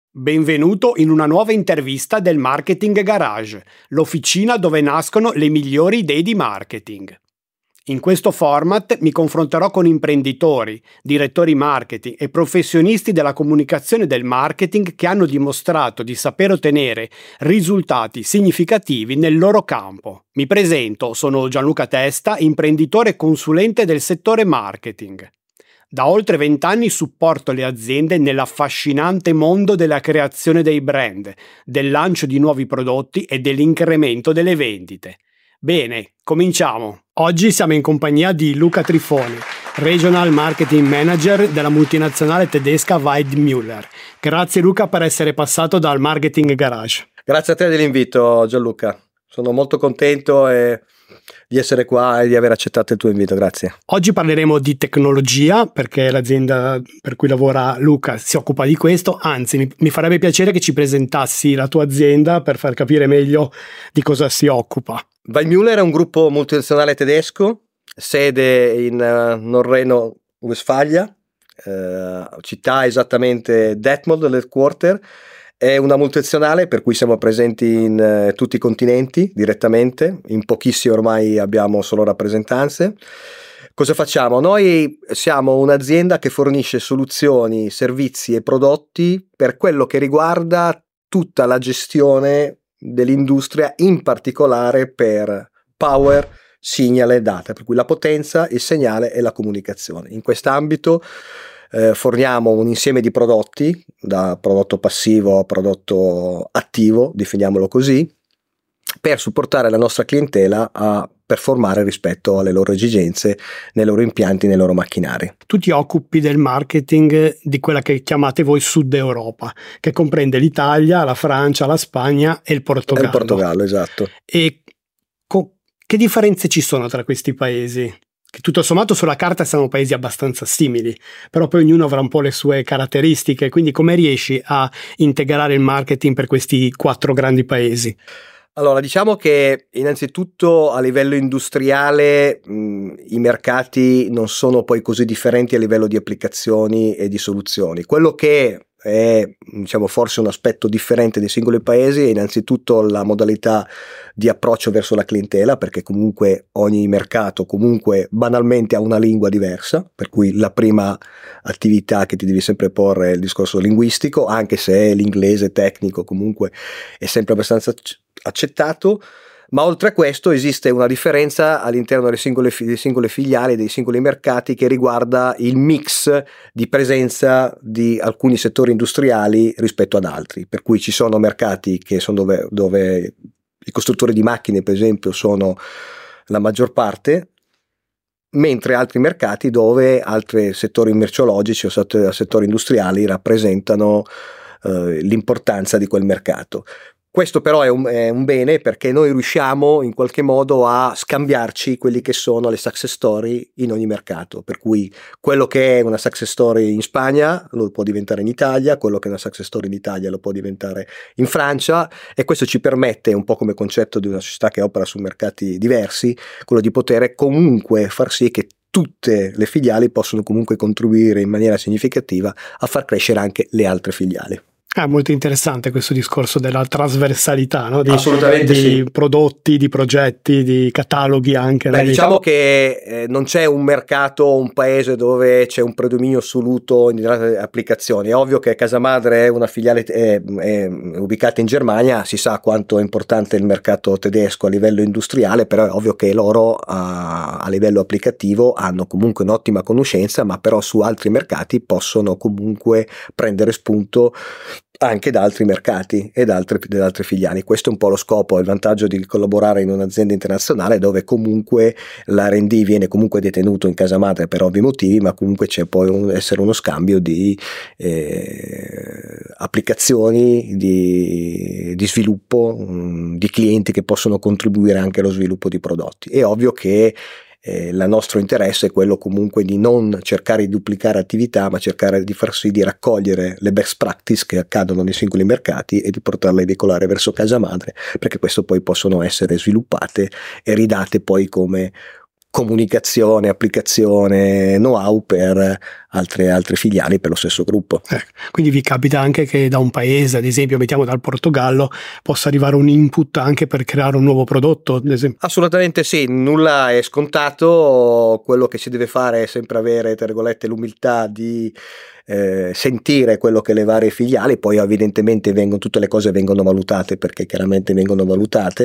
Benvenuto in una nuova intervista del Marketing Garage, l'officina dove nascono le migliori idee di marketing. In questo format mi confronterò con imprenditori, direttori marketing e professionisti della comunicazione e del marketing che hanno dimostrato di saper ottenere risultati significativi nel loro campo. Mi presento, sono Gianluca Testa, imprenditore e consulente del settore marketing. Da oltre 20 anni supporto le aziende nell'affascinante mondo della creazione dei brand, del lancio di nuovi prodotti e dell'incremento delle vendite. Bene, cominciamo. Oggi siamo in compagnia di Luca Trifoni, Regional Marketing Manager della multinazionale tedesca Weidmuller. Grazie Luca per essere passato dal Marketing Garage. Grazie a te dell'invito, Gianluca. Sono molto contento di essere qua e di aver accettato il tuo invito, grazie. Oggi parleremo di tecnologia perché l'azienda per cui lavora Luca si occupa di questo, anzi mi farebbe piacere che ci presentassi la tua azienda per far capire meglio di cosa si occupa. Weidmuller è un gruppo multinazionale tedesco, sede in Nord-Reno-Westfalia, città esattamente Detmold, l'headquarter. È una multinazionale per cui siamo presenti in tutti i continenti direttamente, in pochissimi ormai abbiamo solo rappresentanze. Cosa facciamo? Noi siamo un'azienda che fornisce soluzioni, servizi e prodotti per quello che riguarda tutta la gestione dell'industria, in particolare per power, segnale, data, per cui la potenza, il segnale e la comunicazione. In quest'ambito forniamo un insieme di prodotti, da prodotto passivo a prodotto attivo, definiamolo così, per supportare la nostra clientela a performare rispetto alle loro esigenze, nei loro impianti, nei loro macchinari. Tu ti occupi del marketing di quella che chiamate voi Sud Europa, che comprende l'Italia, la Francia, la Spagna e il Portogallo. Il Portogallo, esatto. E che differenze ci sono tra questi paesi? Che tutto sommato sulla carta siamo paesi abbastanza simili, però poi ognuno avrà un po' le sue caratteristiche, quindi come riesci a integrare il marketing per questi 4 grandi paesi? Allora, diciamo che innanzitutto a livello industriale i mercati non sono poi così differenti a livello di applicazioni e di soluzioni. Quello che è, diciamo, forse un aspetto differente dei singoli paesi è innanzitutto la modalità di approccio verso la clientela, perché comunque ogni mercato comunque banalmente ha una lingua diversa, per cui la prima attività che ti devi sempre porre è il discorso linguistico, anche se l'inglese tecnico comunque è sempre abbastanza accettato. Ma oltre a questo esiste una differenza all'interno delle singole filiali, dei singoli mercati, che riguarda il mix di presenza di alcuni settori industriali rispetto ad altri, per cui ci sono mercati che sono dove i costruttori di macchine per esempio sono la maggior parte, mentre altri mercati dove altri settori merceologici o settori industriali rappresentano l'importanza di quel mercato. Questo però è un bene, perché noi riusciamo in qualche modo a scambiarci quelli che sono le success story in ogni mercato, per cui quello che è una success story in Spagna lo può diventare in Italia, quello che è una success story in Italia lo può diventare in Francia, e questo ci permette, un po' come concetto di una società che opera su mercati diversi, quello di poter comunque far sì che tutte le filiali possono comunque contribuire in maniera significativa a far crescere anche le altre filiali. È molto interessante questo discorso della trasversalità, no? Assolutamente di sì. Prodotti, di progetti, di cataloghi anche. Diciamo che non c'è un mercato, un paese dove c'è un predominio assoluto in applicazioni. È ovvio che Casa Madre è una filiale è ubicata in Germania, si sa quanto è importante il mercato tedesco a livello industriale, però è ovvio che loro a livello applicativo hanno comunque un'ottima conoscenza, ma però su altri mercati possono comunque prendere spunto anche da altri mercati e da altre filiali. Questo è un po' lo scopo e il vantaggio di collaborare in un'azienda internazionale, dove comunque l'R&D viene comunque detenuto in casa madre per ovvi motivi, ma comunque c'è poi essere uno scambio di applicazioni, di sviluppo, di clienti che possono contribuire anche allo sviluppo di prodotti. È ovvio che il nostro interesse è quello comunque di non cercare di duplicare attività, ma cercare di far sì di raccogliere le best practice che accadono nei singoli mercati e di portarle a veicolare verso casa madre, perché questo poi possono essere sviluppate e ridate poi come comunicazione, applicazione, know-how per altre filiali per lo stesso gruppo. Quindi vi capita anche che da un paese, ad esempio mettiamo dal Portogallo, possa arrivare un input anche per creare un nuovo prodotto, ad esempio? Assolutamente sì, nulla è scontato, quello che si deve fare è sempre avere, tra virgolette, l'umiltà di sentire quello che le varie filiali, poi evidentemente tutte le cose vengono valutate, perché chiaramente vengono valutate,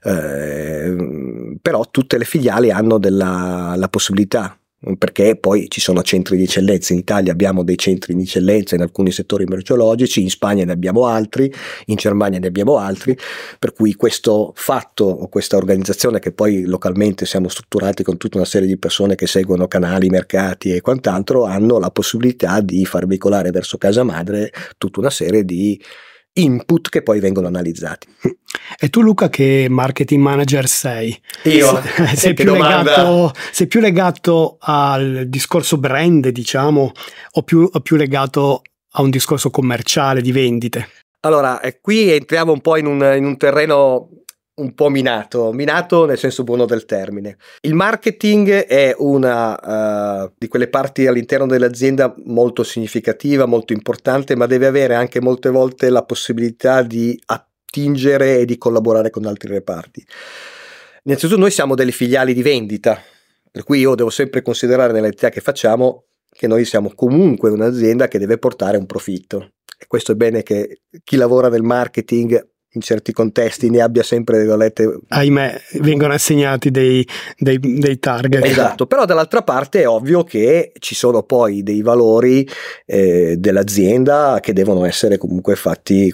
però tutte le filiali hanno la possibilità, perché poi ci sono centri di eccellenza. In Italia abbiamo dei centri di eccellenza in alcuni settori merceologici, in Spagna ne abbiamo altri, in Germania ne abbiamo altri, per cui questo fatto o questa organizzazione, che poi localmente siamo strutturati con tutta una serie di persone che seguono canali, mercati e quant'altro, hanno la possibilità di far veicolare verso casa madre tutta una serie di input che poi vengono analizzati. E tu, Luca, che marketing manager sei? Io? Sei più legato al discorso brand, diciamo, o più legato a un discorso commerciale di vendite? Allora, qui entriamo un po' in un terreno un po' minato nel senso buono del termine. Il marketing è una di quelle parti all'interno dell'azienda molto significativa, molto importante, ma deve avere anche molte volte la possibilità di attingere e di collaborare con altri reparti. Innanzitutto noi siamo delle filiali di vendita, per cui io devo sempre considerare nell'attività che facciamo che noi siamo comunque un'azienda che deve portare un profitto. E questo è bene che chi lavora nel marketing in certi contesti ne abbia sempre, virgolette, ahimè, vengono assegnati dei target. Esatto, però dall'altra parte è ovvio che ci sono poi dei valori dell'azienda che devono essere comunque fatti,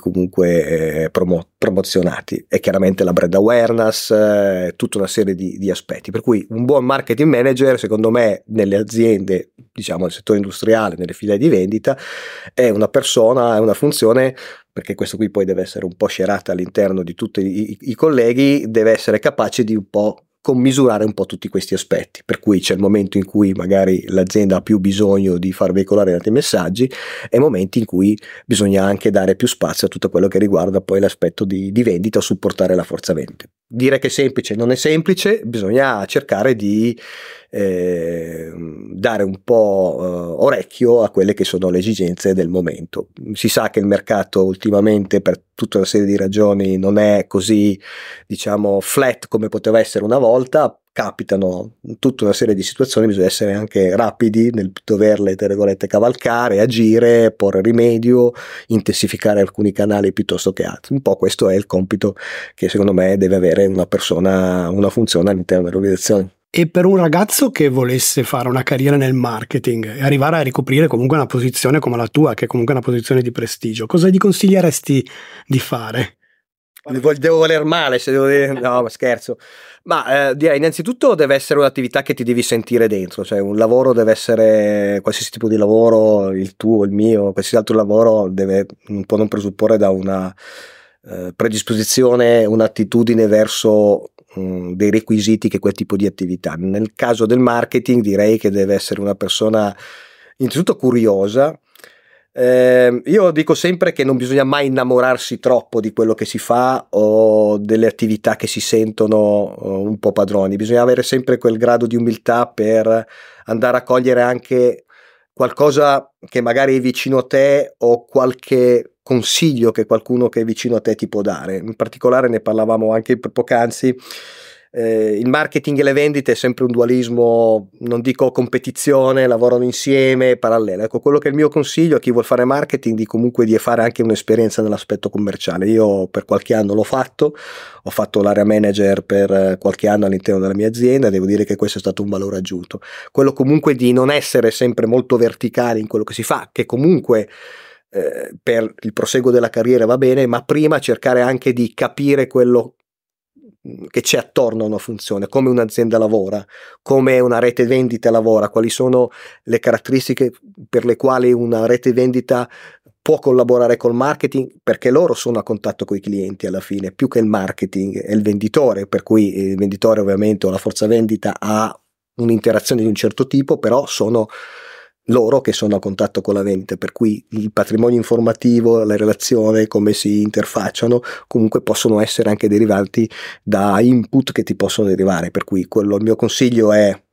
promozionati, e chiaramente la brand awareness, tutta una serie di aspetti, per cui un buon marketing manager, secondo me, nelle aziende, diciamo nel settore industriale, nelle filiali di vendita, è una persona, è una funzione, perché questo qui poi deve essere un po' scerata all'interno di tutti i colleghi, deve essere capace di un po' commisurare un po' tutti questi aspetti, per cui c'è il momento in cui magari l'azienda ha più bisogno di far veicolare altri messaggi e momenti in cui bisogna anche dare più spazio a tutto quello che riguarda poi l'aspetto di vendita o supportare la forza vendita. Dire che è semplice non è semplice, bisogna cercare di dare un po' orecchio a quelle che sono le esigenze del momento. Si sa che il mercato ultimamente, per tutta una serie di ragioni, non è così, diciamo, flat come poteva essere una volta. Capitano tutta una serie di situazioni, bisogna essere anche rapidi nel doverle, tra virgolette, cavalcare, agire, porre rimedio, intensificare alcuni canali piuttosto che altri. Un po' questo è il compito che secondo me deve avere una persona, una funzione all'interno dell'organizzazione. E per un ragazzo che volesse fare una carriera nel marketing e arrivare a ricoprire comunque una posizione come la tua, che è comunque una posizione di prestigio, cosa gli consiglieresti di fare? Devo voler male, se devo dire, no, ma scherzo. Ma direi innanzitutto deve essere un'attività che ti devi sentire dentro, cioè un lavoro deve essere, qualsiasi tipo di lavoro, il tuo, il mio, qualsiasi altro lavoro può non presupporre da una predisposizione, un'attitudine verso dei requisiti che quel tipo di attività. Nel caso del marketing direi che deve essere una persona innanzitutto curiosa. Io dico sempre che non bisogna mai innamorarsi troppo di quello che si fa o delle attività che si sentono un po' padroni. Bisogna avere sempre quel grado di umiltà per andare a cogliere anche qualcosa che magari è vicino a te o qualche consiglio che qualcuno che è vicino a te ti può dare. In particolare ne parlavamo anche poc'anzi. Il marketing e le vendite è sempre un dualismo, non dico competizione, lavorano insieme, parallelo. Ecco, quello che è il mio consiglio a chi vuol fare marketing di fare anche un'esperienza nell'aspetto commerciale. Io per qualche anno l'ho fatto, ho fatto l'area manager per qualche anno all'interno della mia azienda, devo dire che questo è stato un valore aggiunto. Quello comunque di non essere sempre molto verticali in quello che si fa, che comunque per il proseguo della carriera va bene, ma prima cercare anche di capire quello che c'è attorno a una funzione, come un'azienda lavora, come una rete vendita lavora, quali sono le caratteristiche per le quali una rete vendita può collaborare col marketing, perché loro sono a contatto con i clienti alla fine, più che il marketing è il venditore, per cui il venditore ovviamente o la forza vendita ha un'interazione di un certo tipo, però sono loro che sono a contatto con la vendita, per cui il patrimonio informativo, la relazione, come si interfacciano, comunque possono essere anche derivanti da input che ti possono derivare, per cui il mio consiglio è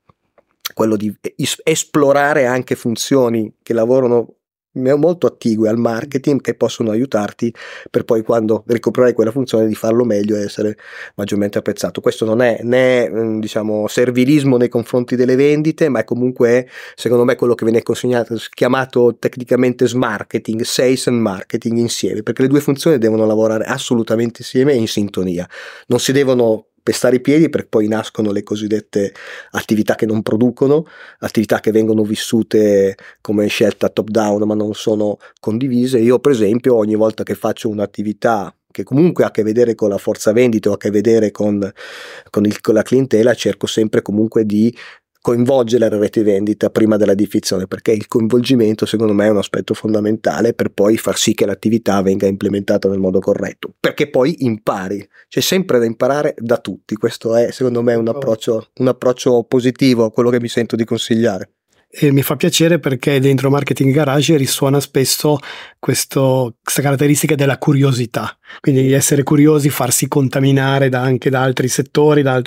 quello di esplorare anche funzioni che lavorano molto attigue al marketing, che possono aiutarti per poi, quando ricoprirai quella funzione, di farlo meglio e essere maggiormente apprezzato. Questo non è né diciamo servilismo nei confronti delle vendite, ma è comunque, secondo me, quello che viene chiamato tecnicamente smarketing, sales and marketing insieme, perché le due funzioni devono lavorare assolutamente insieme e in sintonia, non si devono pestare i piedi, perché poi nascono le cosiddette attività che non producono, attività che vengono vissute come scelta top down ma non sono condivise. Io per esempio ogni volta che faccio un'attività che comunque ha a che vedere con la forza vendita o a che vedere con la clientela, cerco sempre comunque di coinvolgere la rete vendita prima della definizione, perché il coinvolgimento secondo me è un aspetto fondamentale per poi far sì che l'attività venga implementata nel modo corretto, perché poi impari, c'è sempre da imparare da tutti. Questo è secondo me un approccio positivo a quello che mi sento di consigliare. E mi fa piacere perché dentro Marketing Garage risuona spesso questa caratteristica della curiosità, quindi di essere curiosi, farsi contaminare anche da altri settori, da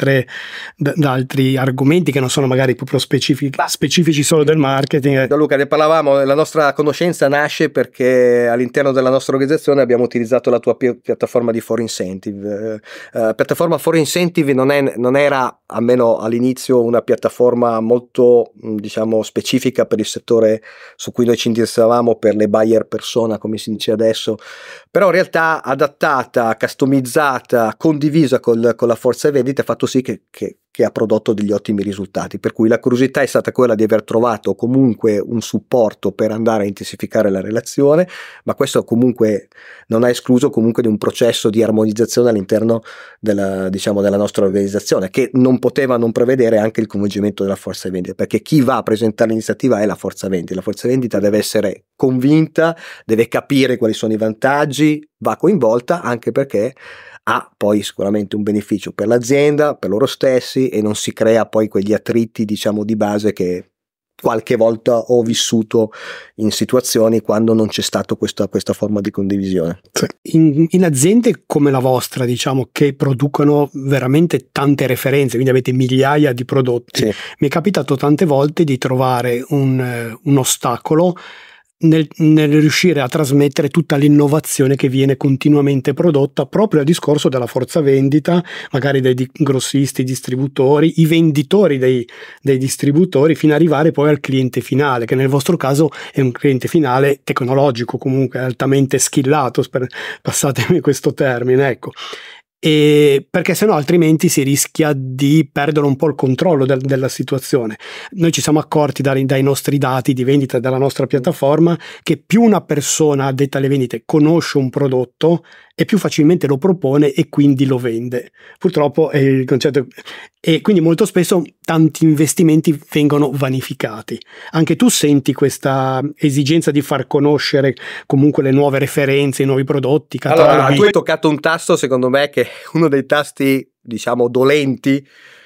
altri argomenti che non sono magari proprio specifici solo del marketing. Da Luca, ne parlavamo, la nostra conoscenza nasce perché all'interno della nostra organizzazione abbiamo utilizzato la tua piattaforma di For Incentive. Piattaforma For Incentive non era, almeno all'inizio, una piattaforma molto diciamo specifica per il settore su cui noi ci interessavamo, per le buyer persona come si dice adesso, però in realtà adattata, customizzata, condivisa con la forza vendita ha fatto sì che ha prodotto degli ottimi risultati, per cui la curiosità è stata quella di aver trovato comunque un supporto per andare a intensificare la relazione, ma questo comunque non ha escluso comunque di un processo di armonizzazione all'interno della nostra organizzazione, che non poteva non prevedere anche il coinvolgimento della forza vendita, perché chi va a presentare l'iniziativa è la forza vendita. La forza vendita deve essere convinta, deve capire quali sono i vantaggi, va coinvolta, anche perché ha poi sicuramente un beneficio per l'azienda, per loro stessi, e non si crea poi quegli attriti diciamo di base che qualche volta ho vissuto in situazioni quando non c'è stato questa forma di condivisione. In aziende come la vostra, diciamo, che producono veramente tante referenze, quindi avete migliaia di prodotti, sì, mi è capitato tante volte di trovare un ostacolo nel riuscire a trasmettere tutta l'innovazione che viene continuamente prodotta, proprio al discorso della forza vendita, magari dei grossisti, distributori, i venditori dei distributori, fino ad arrivare poi al cliente finale, che nel vostro caso è un cliente finale tecnologico, comunque altamente skillato, passatemi questo termine, ecco. E perché sennò altrimenti si rischia di perdere un po' il controllo della situazione. Noi ci siamo accorti dai nostri dati di vendita della nostra piattaforma che più una persona addetta alle vendite conosce un prodotto e più facilmente lo propone e quindi lo vende. Purtroppo è il concetto, e quindi molto spesso tanti investimenti vengono vanificati. Anche tu senti questa esigenza di far conoscere comunque le nuove referenze, i nuovi prodotti, cataloghi? Allora, tu hai toccato un tasto, secondo me, che è uno dei tasti, diciamo, dolenti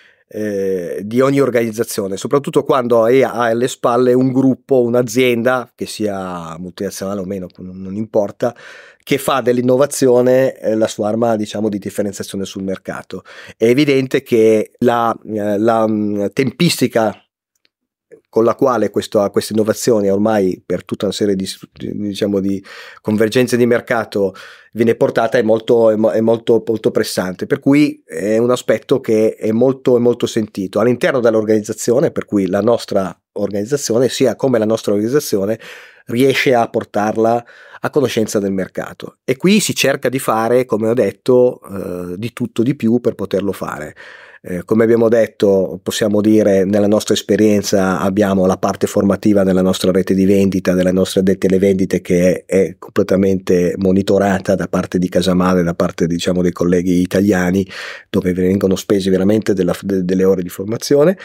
di ogni organizzazione, soprattutto quando hai alle spalle un gruppo, un'azienda, che sia multinazionale o meno, non importa, che fa dell'innovazione la sua arma, diciamo, di differenziazione sul mercato. È evidente che la tempistica con la quale questa innovazione ormai, per tutta una serie di convergenze di mercato, viene portata è molto pressante, per cui è un aspetto che è molto sentito all'interno dell'organizzazione, per cui la nostra organizzazione, sia come la nostra organizzazione, riesce a portarla a conoscenza del mercato, e qui si cerca di fare, come ho detto, di tutto di più per poterlo fare. Come abbiamo detto, possiamo dire, nella nostra esperienza abbiamo la parte formativa della nostra rete di vendita, delle nostre addetti alle vendite, che è completamente monitorata da parte di Casamare, da parte, diciamo, dei colleghi italiani, dove vengono spesi veramente delle ore di formazione.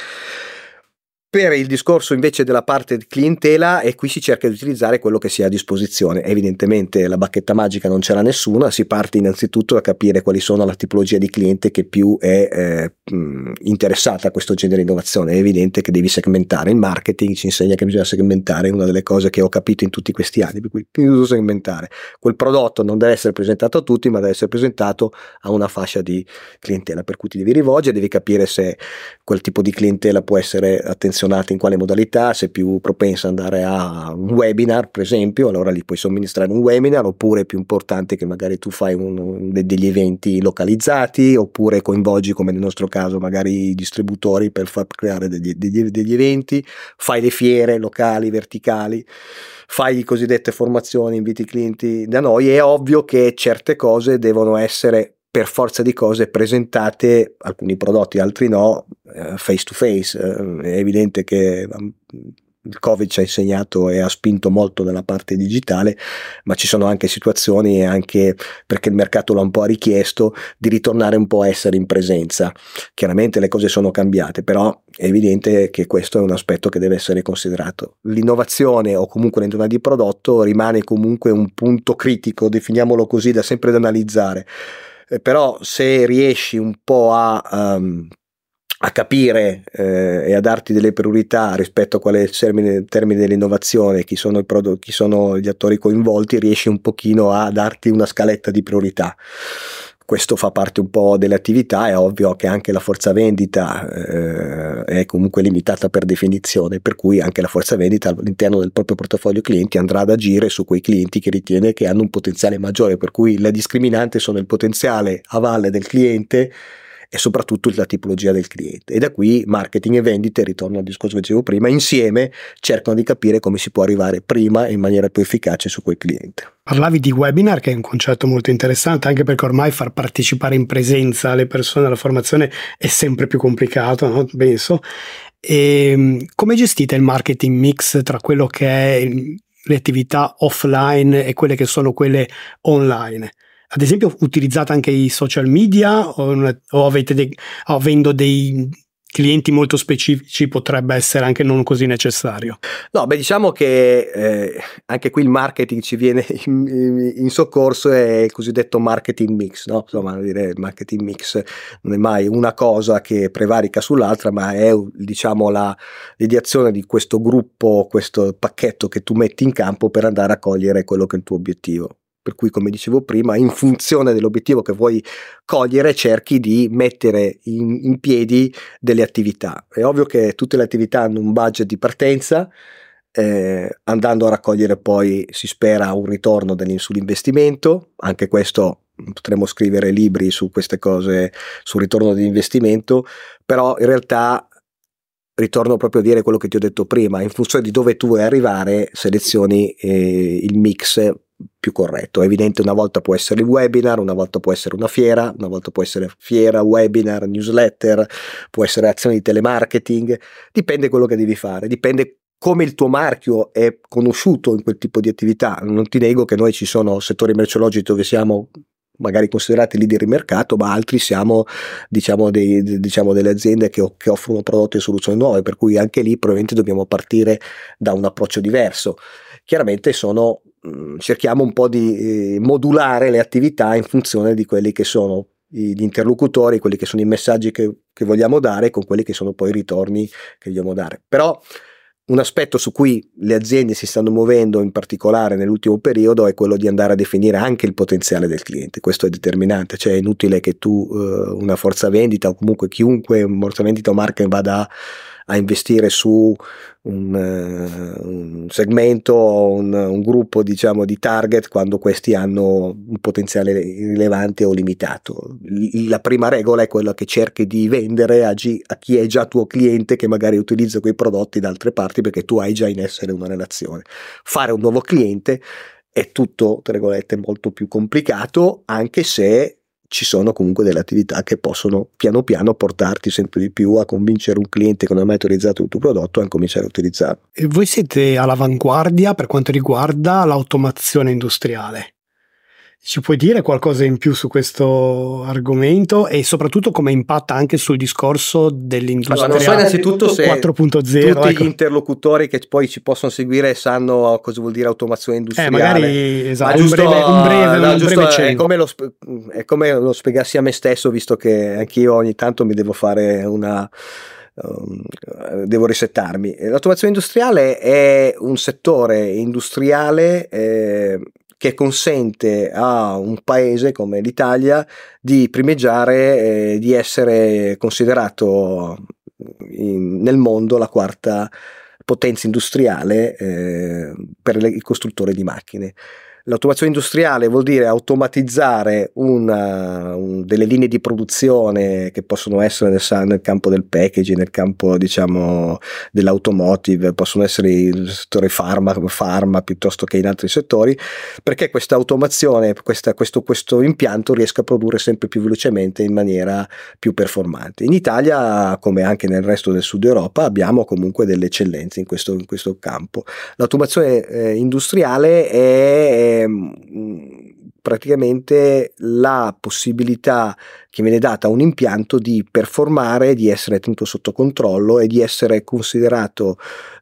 Per il discorso invece della parte di clientela, e qui si cerca di utilizzare quello che si ha a disposizione. Evidentemente la bacchetta magica non c'era nessuna, si parte innanzitutto da capire quali sono la tipologia di cliente che più è interessata a questo genere di innovazione. È evidente che devi segmentare, il marketing ci insegna che bisogna segmentare, è una delle cose che ho capito in tutti questi anni, per cui bisogna segmentare. Quel prodotto non deve essere presentato a tutti, ma deve essere presentato a una fascia di clientela, per cui ti devi rivolgere, devi capire se quel tipo di clientela può essere attenzionata posizionata in quale modalità, se è più propensa ad andare a un webinar per esempio, allora lì puoi somministrare un webinar, oppure è più importante che magari tu fai degli eventi localizzati, oppure coinvolgi, come nel nostro caso, magari i distributori per far creare degli eventi, fai le fiere locali, verticali, fai cosiddette formazioni, inviti i clienti da noi. È ovvio che certe cose devono essere per forza di cose presentate, alcuni prodotti, altri no, face to face. È evidente che il Covid ci ha insegnato e ha spinto molto nella parte digitale, ma ci sono anche situazioni, anche perché il mercato l'ha un po' richiesto, di ritornare un po' a essere in presenza. Chiaramente le cose sono cambiate, però è evidente che questo è un aspetto che deve essere considerato. L'innovazione o comunque l'identità di prodotto rimane comunque un punto critico, definiamolo così, da sempre da analizzare. Però se riesci un po' a capire e a darti delle priorità rispetto a quale termine dell'innovazione, chi sono gli attori coinvolti, riesci un pochino a darti una scaletta di priorità. Questo fa parte un po' delle attività. È ovvio che anche la forza vendita è comunque limitata per definizione, per cui anche la forza vendita all'interno del proprio portafoglio clienti andrà ad agire su quei clienti che ritiene che hanno un potenziale maggiore, per cui le discriminanti sono il potenziale a valle del cliente e soprattutto la tipologia del cliente. E da qui marketing e vendite, ritorno al discorso che dicevo prima, insieme cercano di capire come si può arrivare prima e in maniera più efficace su quel cliente. Parlavi di webinar, che è un concetto molto interessante, anche perché ormai far partecipare in presenza le persone alla formazione è sempre più complicato, no? Penso. E come gestite il marketing mix tra quello che è le attività offline e quelle che sono quelle online? Ad esempio, utilizzate anche i social media o avendo dei clienti molto specifici potrebbe essere anche non così necessario? No, diciamo che anche qui il marketing ci viene in soccorso, è il cosiddetto marketing mix, no? Insomma, il marketing mix non è mai una cosa che prevarica sull'altra, ma è, diciamo, l'ideazione di questo gruppo, questo pacchetto che tu metti in campo per andare a cogliere quello che è il tuo obiettivo. Per cui, come dicevo prima, in funzione dell'obiettivo che vuoi cogliere, cerchi di mettere in piedi delle attività. È ovvio che tutte le attività hanno un budget di partenza, andando a raccogliere poi, si spera, un ritorno sull'investimento. Anche questo, potremmo scrivere libri su queste cose, sul ritorno dell'investimento, però in realtà ritorno proprio a dire quello che ti ho detto prima: in funzione di dove tu vuoi arrivare, selezioni il mix più corretto. È evidente, una volta può essere il webinar, una volta può essere una fiera, una volta può essere fiera, webinar, newsletter, può essere azioni di telemarketing, dipende quello che devi fare, dipende come il tuo marchio è conosciuto in quel tipo di attività. Non ti nego che noi ci sono settori merceologici dove siamo magari considerati leader in mercato, ma altri siamo, diciamo, delle aziende che offrono prodotti e soluzioni nuove, per cui anche lì probabilmente dobbiamo partire da un approccio diverso. Chiaramente cerchiamo un po' di modulare le attività in funzione di quelli che sono gli interlocutori, quelli che sono i messaggi che vogliamo dare, con quelli che sono poi i ritorni che vogliamo dare. Però un aspetto su cui le aziende si stanno muovendo in particolare nell'ultimo periodo è quello di andare a definire anche il potenziale del cliente. Questo è determinante, cioè è inutile che tu, una forza vendita o comunque chiunque, un forza vendita o marketing, vada a investire su un segmento o un gruppo, diciamo, di target, quando questi hanno un potenziale irrilevante o limitato. La prima regola è quella che cerchi di vendere a chi è già tuo cliente, che magari utilizza quei prodotti da altre parti, perché tu hai già in essere una relazione. Fare un nuovo cliente è tutto, tra virgolette, molto più complicato, anche se ci sono comunque delle attività che possono piano piano portarti sempre di più a convincere un cliente che non ha mai utilizzato il tuo prodotto a cominciare a utilizzarlo. E voi siete all'avanguardia per quanto riguarda l'automazione industriale. Ci puoi dire qualcosa in più su questo argomento e soprattutto come impatta anche sul discorso dell'industria? Allora, non so innanzitutto se 4.0, tutti gli interlocutori che poi ci possono seguire sanno cosa vuol dire automazione industriale. Magari esatto, un breve cenno. È come lo spiegassi a me stesso, visto che anch'io ogni tanto mi devo fare devo risettarmi. L'automazione industriale è un settore industriale che consente a un paese come l'Italia di primeggiare, di essere considerato nel mondo la quarta potenza industriale per il costruttore di macchine. L'automazione industriale vuol dire automatizzare delle linee di produzione che possono essere nel campo del packaging, nel campo diciamo dell'automotive, possono essere il settore farma piuttosto che in altri settori, perché questa automazione, questo impianto riesca a produrre sempre più velocemente in maniera più performante. In Italia, come anche nel resto del Sud Europa, abbiamo comunque delle eccellenze in questo campo. L'automazione industriale è praticamente la possibilità che viene data a un impianto di performare, di essere tenuto sotto controllo e di essere considerato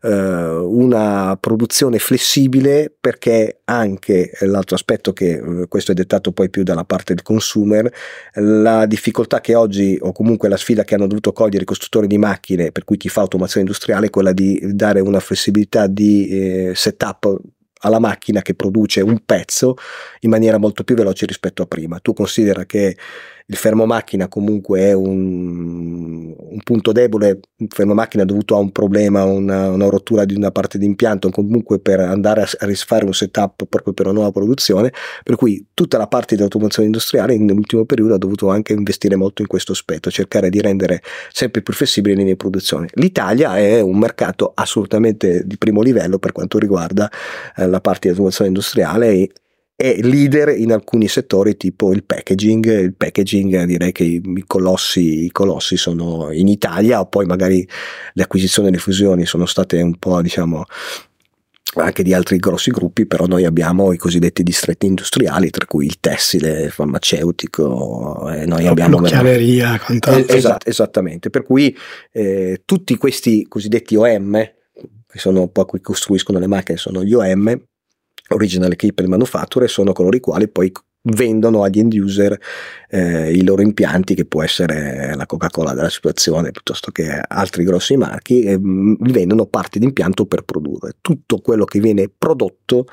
una produzione flessibile, perché anche l'altro aspetto, che questo è dettato poi più dalla parte del consumer, la difficoltà che oggi, o comunque la sfida che hanno dovuto cogliere i costruttori di macchine, per cui chi fa automazione industriale, è quella di dare una flessibilità di setup alla macchina che produce un pezzo in maniera molto più veloce rispetto a prima. Tu considera che il fermo macchina comunque è un punto debole. Il fermo macchina dovuto a un problema, una rottura di una parte di impianto, comunque per andare a risfare un setup proprio per una nuova produzione, per cui tutta la parte di automazione industriale nell'ultimo periodo ha dovuto anche investire molto in questo aspetto, cercare di rendere sempre più flessibili le linee di produzione. L'Italia è un mercato assolutamente di primo livello per quanto riguarda la parte di automazione industriale, è leader in alcuni settori tipo il packaging. Direi che i colossi sono in Italia, o poi magari le acquisizioni e le fusioni sono state un po', diciamo, anche di altri grossi gruppi, però noi abbiamo i cosiddetti distretti industriali, tra cui il tessile, il farmaceutico, noi abbiamo l'occhialeria, esattamente, per cui tutti questi cosiddetti OM, che sono un po' qui costruiscono le macchine, sono gli OM, Original Equipment Manufacturer, sono coloro i quali poi vendono agli end user i loro impianti, che può essere la Coca-Cola della situazione piuttosto che altri grossi marchi, e vendono parti di impianto per produrre tutto quello che viene prodotto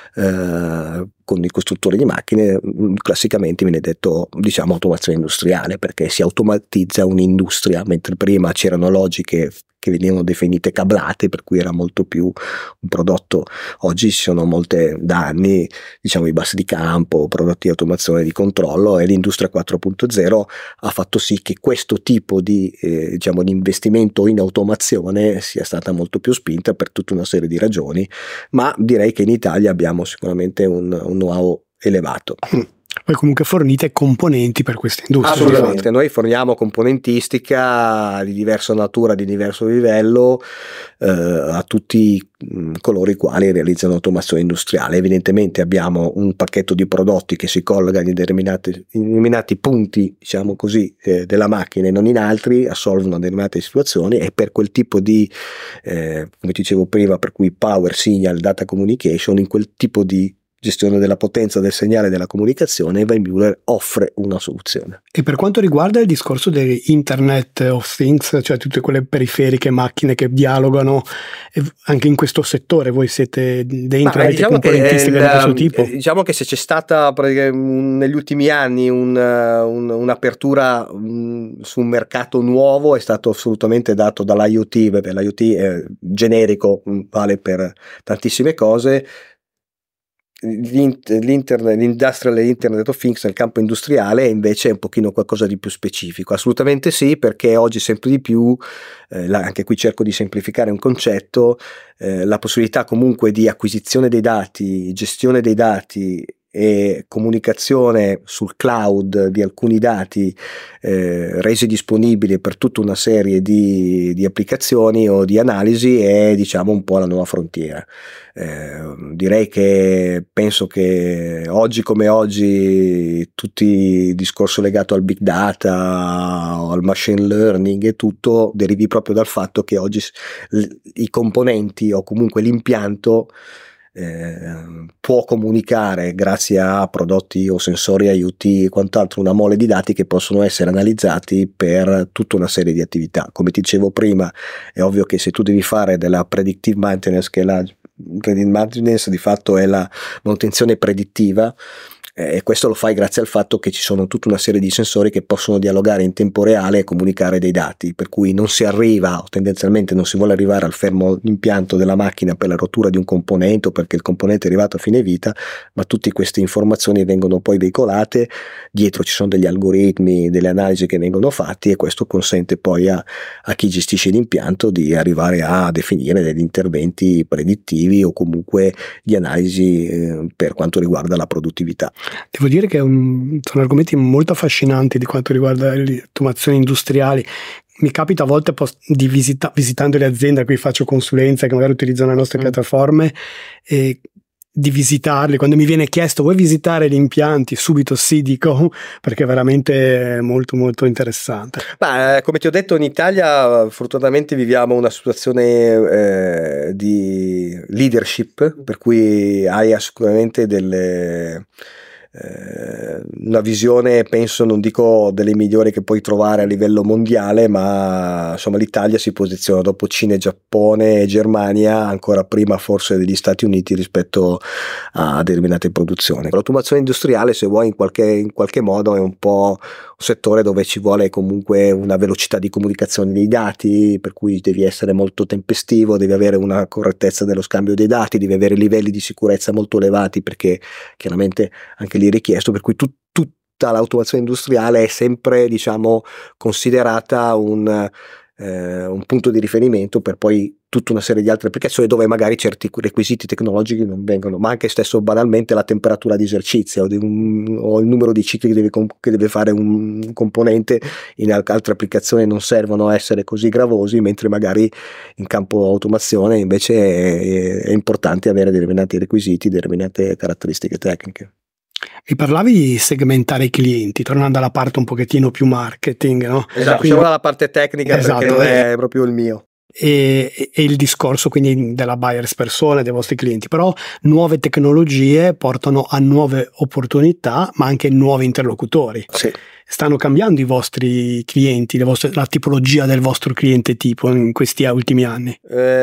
con i costruttori di macchine. Classicamente viene detto, diciamo, automazione industriale, perché si automatizza un'industria, mentre prima c'erano logiche che venivano definite cablate, per cui era molto più un prodotto. Oggi ci sono molte, da anni, diciamo, i bus di campo, prodotti di automazione di controllo, e l'industria 4.0 ha fatto sì che questo tipo di diciamo di investimento in automazione sia stata molto più spinta per tutta una serie di ragioni, ma direi che in Italia abbiamo sicuramente un know-how elevato. Poi comunque fornite componenti per queste industrie. Assolutamente, noi forniamo componentistica di diversa natura, di diverso livello, a tutti coloro i quali realizzano automazione industriale. Evidentemente abbiamo un pacchetto di prodotti che si collega in determinati punti, diciamo così, della macchina e non in altri, assolvono determinate situazioni, e per quel tipo di, come dicevo prima, per cui power, signal, data communication, in quel tipo di gestione della potenza del segnale della comunicazione, Weinmüller offre una soluzione. E per quanto riguarda il discorso dell'Internet of Things, cioè tutte quelle periferiche, macchine che dialogano, anche in questo settore voi siete dentro, avete diciamo componentistica di questo tipo? Diciamo che se c'è stata negli ultimi anni un'apertura su un mercato nuovo, è stato assolutamente dato dall'IoT, perché l'IoT è generico, vale per tantissime cose. L'industrial Internet of Things nel campo industriale invece è un pochino qualcosa di più specifico. Assolutamente sì, perché oggi sempre di più, anche qui cerco di semplificare un concetto, la possibilità comunque di acquisizione dei dati, gestione dei dati e comunicazione sul cloud di alcuni dati resi disponibili per tutta una serie di applicazioni o di analisi è, diciamo, un po' la nuova frontiera. Direi che penso che oggi come oggi tutto il discorso legato al big data o al machine learning e tutto derivi proprio dal fatto che oggi i componenti o comunque l'impianto può comunicare grazie a prodotti o sensori IoT e quant'altro una mole di dati che possono essere analizzati per tutta una serie di attività. Come ti dicevo prima, è ovvio che se tu devi fare della predictive maintenance, che la predictive maintenance di fatto è la manutenzione predittiva, E questo lo fai grazie al fatto che ci sono tutta una serie di sensori che possono dialogare in tempo reale e comunicare dei dati, per cui non si arriva, o tendenzialmente non si vuole arrivare al fermo impianto della macchina per la rottura di un componente o perché il componente è arrivato a fine vita, ma tutte queste informazioni vengono poi veicolate, dietro ci sono degli algoritmi, delle analisi che vengono fatti, e questo consente poi a chi gestisce l'impianto di arrivare a definire degli interventi predittivi o comunque di analisi per quanto riguarda la produttività. Devo dire che sono argomenti molto affascinanti di quanto riguarda le automazioni industriali. Mi capita a volte visitando le aziende a cui faccio consulenza, che magari utilizzano le nostre piattaforme, e di visitarli. Quando mi viene chiesto vuoi visitare gli impianti, subito sì, dico, perché è veramente molto molto interessante. Ma come ti ho detto, in Italia fortunatamente viviamo una situazione di leadership, per cui hai sicuramente una visione, penso, non dico delle migliori che puoi trovare a livello mondiale, ma insomma l'Italia si posiziona dopo Cina, Giappone e Germania, ancora prima forse degli Stati Uniti rispetto a determinate produzioni. L'automazione industriale, se vuoi, in qualche modo è un po' un settore dove ci vuole comunque una velocità di comunicazione dei dati, per cui devi essere molto tempestivo, devi avere una correttezza dello scambio dei dati, devi avere livelli di sicurezza molto elevati, perché chiaramente anche lì è richiesto, per cui tutta l'automazione industriale è sempre, diciamo, considerata un punto di riferimento per poi tutta una serie di altre applicazioni dove magari certi requisiti tecnologici non vengono, ma anche stesso banalmente la temperatura di esercizio o il numero di cicli che deve fare un componente in altre applicazioni non servono a essere così gravosi, mentre magari in campo automazione invece è importante avere determinati requisiti, determinate caratteristiche tecniche. E parlavi di segmentare i clienti, tornando alla parte un pochettino più marketing, no? Esatto, quindi, la parte tecnica, esatto, perché non è proprio il mio. E il discorso quindi della buyers persona, dei vostri clienti, però nuove tecnologie portano a nuove opportunità, ma anche nuovi interlocutori. Sì. Stanno cambiando i vostri clienti, la tipologia del vostro cliente tipo in questi ultimi anni?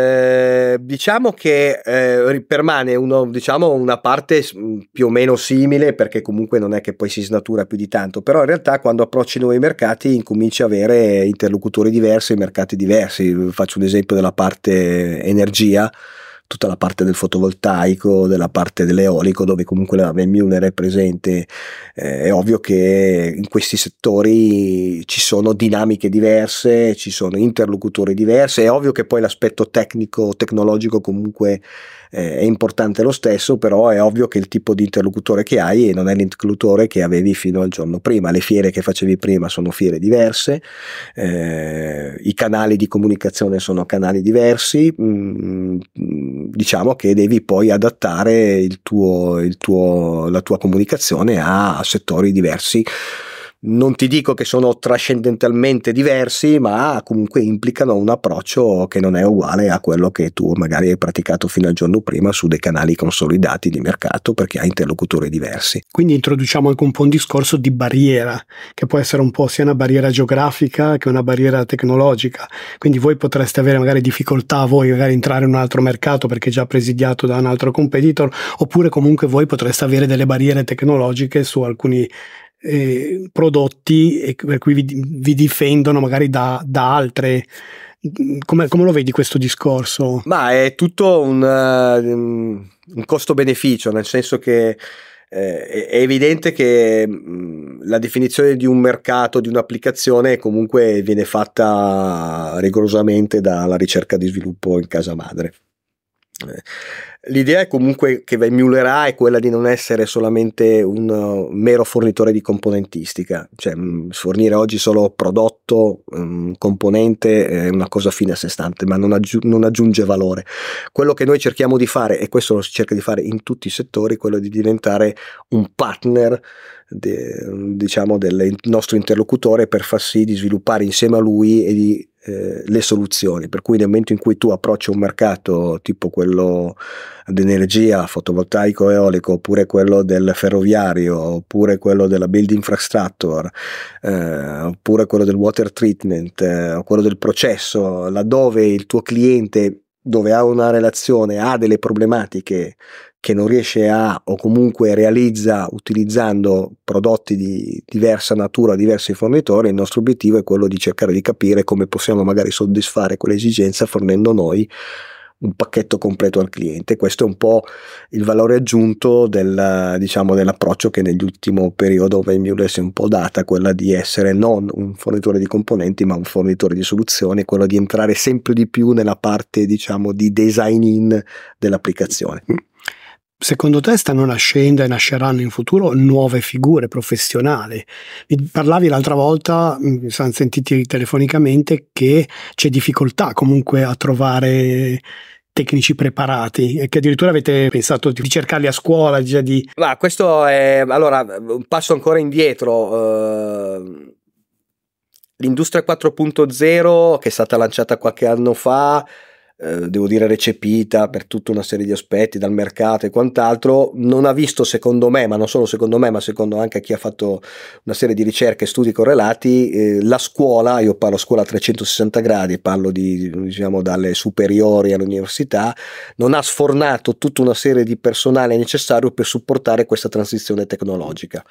Diciamo che permane una parte più o meno simile, perché comunque non è che poi si snatura più di tanto, però in realtà quando approcci nuovi mercati incominci a avere interlocutori diversi, mercati diversi. Faccio un esempio della parte energia, tutta la parte del fotovoltaico, della parte dell'eolico, dove comunque la Müller è presente. È ovvio che in questi settori ci sono dinamiche diverse, ci sono interlocutori diversi. È ovvio che poi l'aspetto tecnico, tecnologico comunque è importante lo stesso, però è ovvio che il tipo di interlocutore che hai non è l'interlocutore che avevi fino al giorno prima. Le fiere che facevi prima sono fiere diverse, i canali di comunicazione sono canali diversi. Diciamo che devi poi adattare la tua comunicazione a settori diversi. Non ti dico che sono trascendentalmente diversi, ma comunque implicano un approccio che non è uguale a quello che tu magari hai praticato fino al giorno prima su dei canali consolidati di mercato, perché hai interlocutori diversi. Quindi introduciamo anche un po' un discorso di barriera, che può essere un po' sia una barriera geografica che una barriera tecnologica. Quindi voi potreste avere magari difficoltà a magari entrare in un altro mercato perché è già presidiato da un altro competitor, oppure comunque voi potreste avere delle barriere tecnologiche su alcuni prodotti per cui vi difendono magari da altre. Come lo vedi questo discorso? Ma è tutto un costo-beneficio, nel senso che è evidente che la definizione di un mercato, di un'applicazione comunque viene fatta rigorosamente dalla ricerca di sviluppo in casa madre. L'idea è comunque che Müller ha è quella di non essere solamente un mero fornitore di componentistica, cioè fornire oggi solo prodotto, componente è una cosa fine a sé stante, ma non aggiunge valore. Quello che noi cerchiamo di fare, e questo lo si cerca di fare in tutti i settori, è quello di diventare un partner diciamo del nostro interlocutore, per far sì di sviluppare insieme a lui e di le soluzioni. Per cui nel momento in cui tu approcci un mercato tipo quello d'energia, fotovoltaico, eolico, oppure quello del ferroviario, oppure quello della building infrastructure, oppure quello del water treatment, quello del processo, laddove il tuo cliente, dove ha una relazione, ha delle problematiche che non riesce o comunque realizza utilizzando prodotti di diversa natura, diversi fornitori. Il nostro obiettivo è quello di cercare di capire come possiamo magari soddisfare quell'esigenza fornendo noi un pacchetto completo al cliente. Questo è un po' il valore aggiunto dell'approccio che nell'ultimo periodo Wayne si è un po' data, quella di essere non un fornitore di componenti ma un fornitore di soluzioni, quello di entrare sempre di più nella parte di design in dell'applicazione. Secondo te stanno nascendo e nasceranno in futuro nuove figure professionali? Mi parlavi l'altra volta, mi siamo sentiti telefonicamente, che c'è difficoltà comunque a trovare tecnici preparati e che addirittura avete pensato di cercarli a scuola, Ma questo è, allora, un passo ancora indietro. L'industria 4.0 che è stata lanciata qualche anno fa, devo dire recepita per tutta una serie di aspetti dal mercato e quant'altro, non ha visto, secondo me, ma non solo secondo me, ma secondo anche chi ha fatto una serie di ricerche e studi correlati, la scuola, io parlo scuola a 360 gradi, parlo dalle superiori all'università, non ha sfornato tutta una serie di personale necessario per supportare questa transizione tecnologica.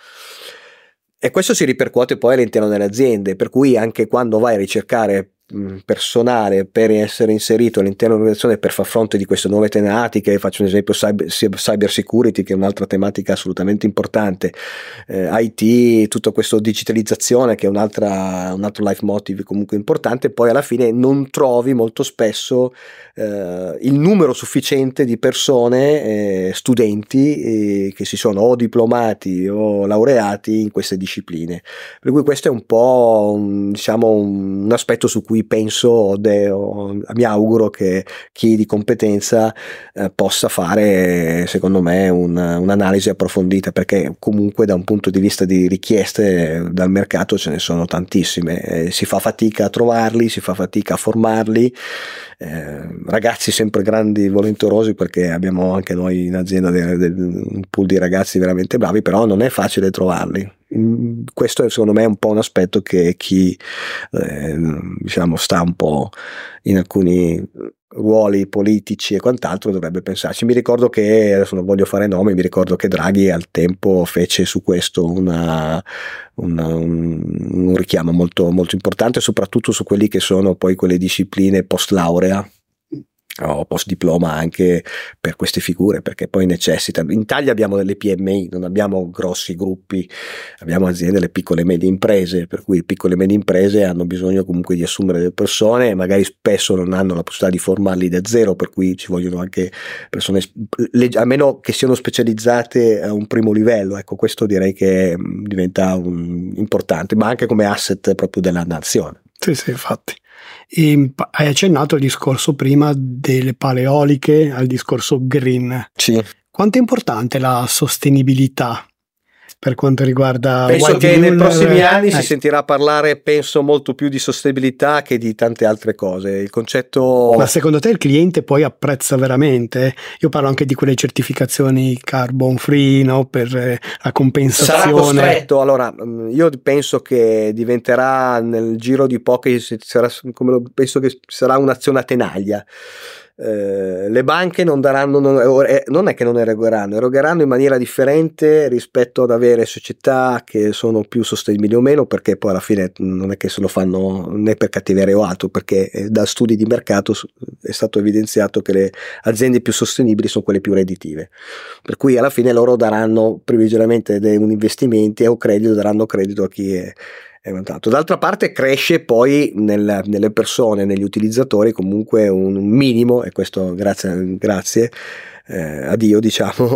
E questo si ripercuote poi all'interno delle aziende, per cui anche quando vai a ricercare personale per essere inserito all'interno dell'organizzazione per far fronte di queste nuove tematiche, faccio un esempio cyber security, che è un'altra tematica assolutamente importante, IT, tutta questa digitalizzazione che è un altro life motive comunque importante, poi alla fine non trovi molto spesso il numero sufficiente di persone, studenti che si sono o diplomati o laureati in queste discipline, per cui questo è un po' un aspetto su cui penso mi auguro che chi di competenza possa fare, secondo me, un'analisi approfondita, perché comunque da un punto di vista di richieste dal mercato ce ne sono tantissime, si fa fatica a trovarli, si fa fatica a formarli, ragazzi sempre grandi volenterosi, perché abbiamo anche noi in azienda un pool di ragazzi veramente bravi, però non è facile trovarli. Questo è secondo me un po' un aspetto che chi sta un po' in alcuni ruoli politici e quant'altro dovrebbe pensarci. Mi ricordo che, adesso non voglio fare nomi, mi ricordo che Draghi al tempo fece su questo un richiamo molto, molto importante, soprattutto su quelli che sono poi quelle discipline post laurea o post diploma anche per queste figure, perché poi necessita. In Italia abbiamo delle PMI, non abbiamo grossi gruppi, abbiamo aziende, le piccole e medie imprese, per cui le piccole e medie imprese hanno bisogno comunque di assumere delle persone e magari spesso non hanno la possibilità di formarli da zero, per cui ci vogliono anche persone a meno che siano specializzate a un primo livello. Ecco, questo direi che diventa importante, ma anche come asset proprio della nazione. Sì, infatti. E hai accennato il discorso prima delle pale eoliche, al discorso green. Sì. Quanto è importante la sostenibilità per quanto riguarda penso che nei prossimi anni si sentirà parlare, penso, molto più di sostenibilità che di tante altre cose. Il concetto. Ma secondo te il cliente poi apprezza veramente? Io parlo anche di quelle certificazioni carbon free, no? Per la compensazione. Sarà costretto. Allora, io penso che diventerà nel giro di pochi, penso che sarà un'azione a tenaglia. Le banche non è che non erogheranno in maniera differente rispetto ad avere società che sono più sostenibili o meno, perché poi alla fine non è che se lo fanno né per cattiveria o altro, perché da studi di mercato è stato evidenziato che le aziende più sostenibili sono quelle più redditive, per cui alla fine loro daranno privilegiatamente un investimenti daranno credito a chi è vantato. D'altra parte cresce poi nelle persone, negli utilizzatori comunque un minimo, e questo grazie a Dio, diciamo,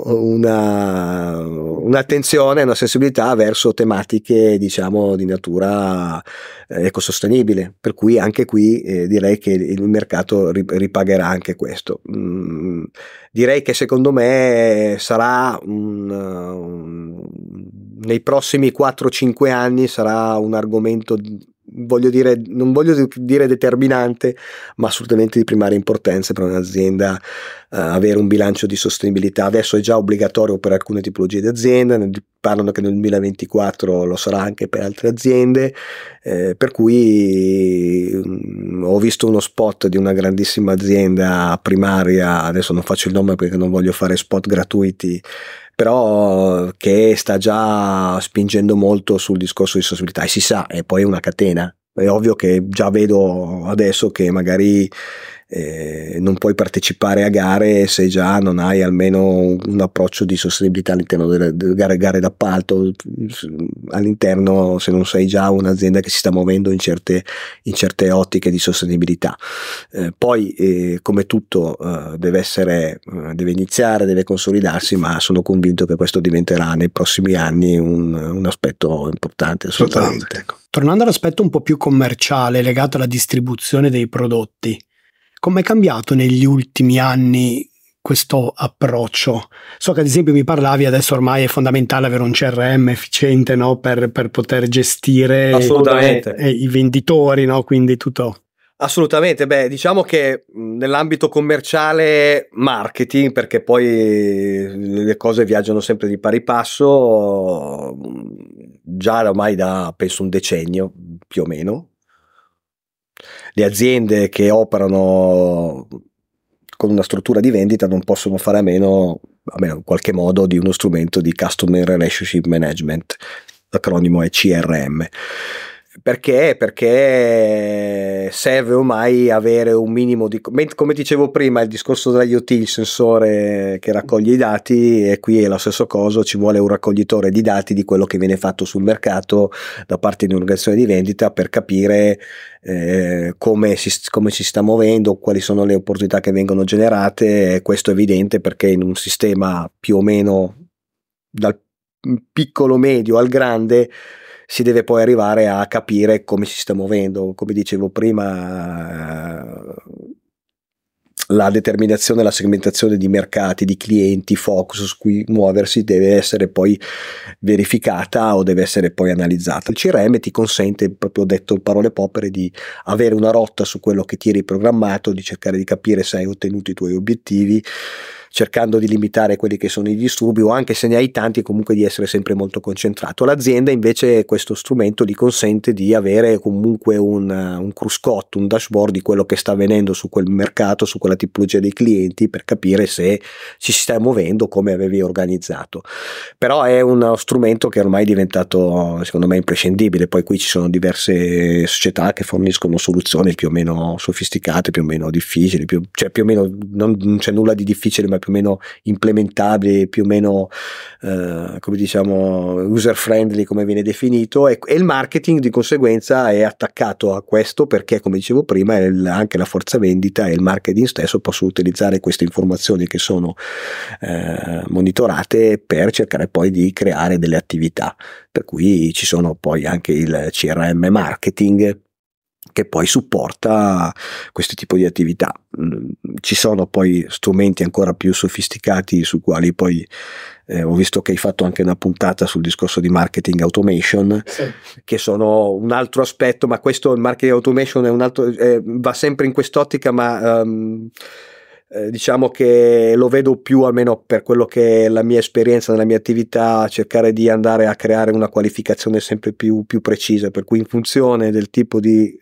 un'attenzione, una sensibilità verso tematiche, diciamo, di natura ecosostenibile, per cui anche qui direi che il mercato ripagherà anche questo. Direi che secondo me sarà nei prossimi 4-5 anni sarà un argomento non voglio dire determinante, ma assolutamente di primaria importanza per un'azienda avere un bilancio di sostenibilità. Adesso è già obbligatorio per alcune tipologie di aziende, parlano che nel 2024 lo sarà anche per altre aziende, per cui ho visto uno spot di una grandissima azienda primaria, adesso non faccio il nome perché non voglio fare spot gratuiti, però che sta già spingendo molto sul discorso di sostenibilità, e si sa, e poi è una catena. È ovvio che già vedo adesso che magari non puoi partecipare a gare se già non hai almeno un approccio di sostenibilità all'interno delle gare d'appalto, all'interno, se non sei già un'azienda che si sta muovendo in certe ottiche di sostenibilità. Poi come tutto deve iniziare, deve consolidarsi, ma sono convinto che questo diventerà nei prossimi anni un aspetto importante, assolutamente. Tornando all'aspetto un po' più commerciale legato alla distribuzione dei prodotti, come è cambiato negli ultimi anni questo approccio? So che ad esempio mi parlavi, adesso ormai è fondamentale avere un CRM efficiente, no? per poter gestire i venditori, no? Quindi tutto. Assolutamente, diciamo che nell'ambito commerciale marketing, perché poi le cose viaggiano sempre di pari passo, già ormai da penso un decennio più o meno, le aziende che operano con una struttura di vendita non possono fare a meno in qualche modo di uno strumento di Customer Relationship Management, l'acronimo è CRM. Perché? Perché serve ormai avere un minimo di, come dicevo prima, il discorso dell'IoT, il sensore che raccoglie i dati, e qui è la stessa cosa, ci vuole un raccoglitore di dati di quello che viene fatto sul mercato da parte di un'organizzazione di vendita per capire come si sta muovendo, quali sono le opportunità che vengono generate. E questo è evidente perché in un sistema più o meno dal piccolo medio al grande si deve poi arrivare a capire come si sta muovendo. Come dicevo prima, la determinazione, la segmentazione di mercati, di clienti, focus su cui muoversi deve essere poi verificata o deve essere poi analizzata. Il CRM ti consente, proprio detto in parole povere, di avere una rotta su quello che ti eri programmato, di cercare di capire se hai ottenuto i tuoi obiettivi, cercando di limitare quelli che sono i disturbi, o anche se ne hai tanti comunque di essere sempre molto concentrato. L'azienda invece questo strumento gli consente di avere comunque un cruscotto, un dashboard di quello che sta avvenendo su quel mercato, su quella tipologia di clienti, per capire se ci si sta muovendo come avevi organizzato. Però è uno strumento che ormai è diventato secondo me imprescindibile. Poi qui ci sono diverse società che forniscono soluzioni più o meno sofisticate, più o meno difficili, più o meno non c'è nulla di difficile, ma più o meno implementabili, più o meno come diciamo user friendly, come viene definito, e il marketing di conseguenza è attaccato a questo, perché come dicevo prima anche la forza vendita e il marketing stesso possono utilizzare queste informazioni che sono monitorate per cercare poi di creare delle attività, per cui ci sono poi anche il CRM marketing che poi supporta questo tipo di attività. Ci sono poi strumenti ancora più sofisticati su quali poi ho visto che hai fatto anche una puntata sul discorso di marketing automation, sì, che sono un altro aspetto, ma questo, il marketing automation è un altro, va sempre in quest'ottica, ma diciamo che lo vedo più, almeno per quello che è la mia esperienza nella mia attività, cercare di andare a creare una qualificazione sempre più precisa, per cui in funzione del tipo di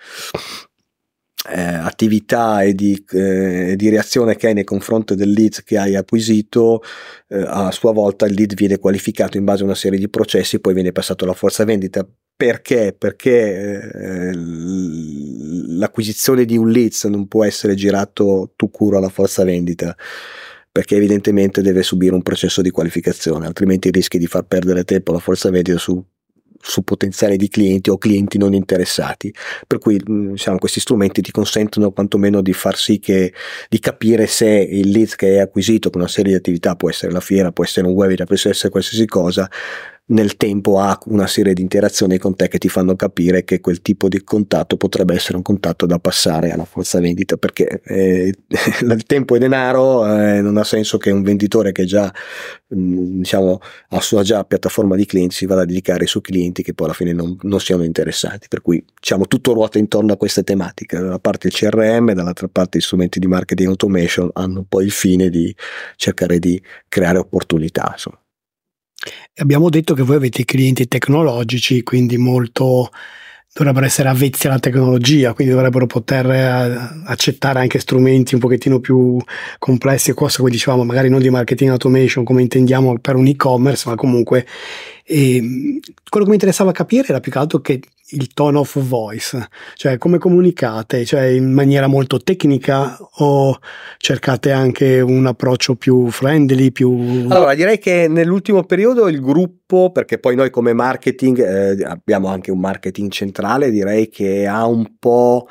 attività e di reazione che hai nei confronti del lead che hai acquisito, a sua volta il lead viene qualificato in base a una serie di processi, poi viene passato alla forza vendita. Perché? Perché l'acquisizione di un lead non può essere girato tout court alla forza vendita, perché evidentemente deve subire un processo di qualificazione, altrimenti rischi di far perdere tempo alla forza vendita su potenziali di clienti o clienti non interessati. Per cui diciamo, questi strumenti ti consentono quantomeno di far sì di capire se il lead che è acquisito con una serie di attività, può essere la fiera, può essere un webinar, può essere qualsiasi cosa, nel tempo ha una serie di interazioni con te che ti fanno capire che quel tipo di contatto potrebbe essere un contatto da passare alla forza vendita, perché il tempo è denaro, non ha senso che un venditore che già diciamo ha sua già piattaforma di clienti si vada a dedicare ai suoi clienti che poi alla fine non siano interessati, per cui diciamo tutto ruota intorno a queste tematiche. Da una parte il CRM, dall'altra parte gli strumenti di marketing automation hanno poi il fine di cercare di creare opportunità, insomma. Abbiamo detto che voi avete clienti tecnologici, quindi dovrebbero essere avvezzi alla tecnologia, quindi dovrebbero poter accettare anche strumenti un pochettino più complessi e cose, come dicevamo, magari non di marketing automation come intendiamo per un e-commerce, ma comunque quello che mi interessava capire era più che altro che il tone of voice, cioè come comunicate, cioè in maniera molto tecnica o cercate anche un approccio più friendly, più... Allora direi che nell'ultimo periodo il gruppo, perché poi noi come marketing abbiamo anche un marketing centrale, direi che ha un po'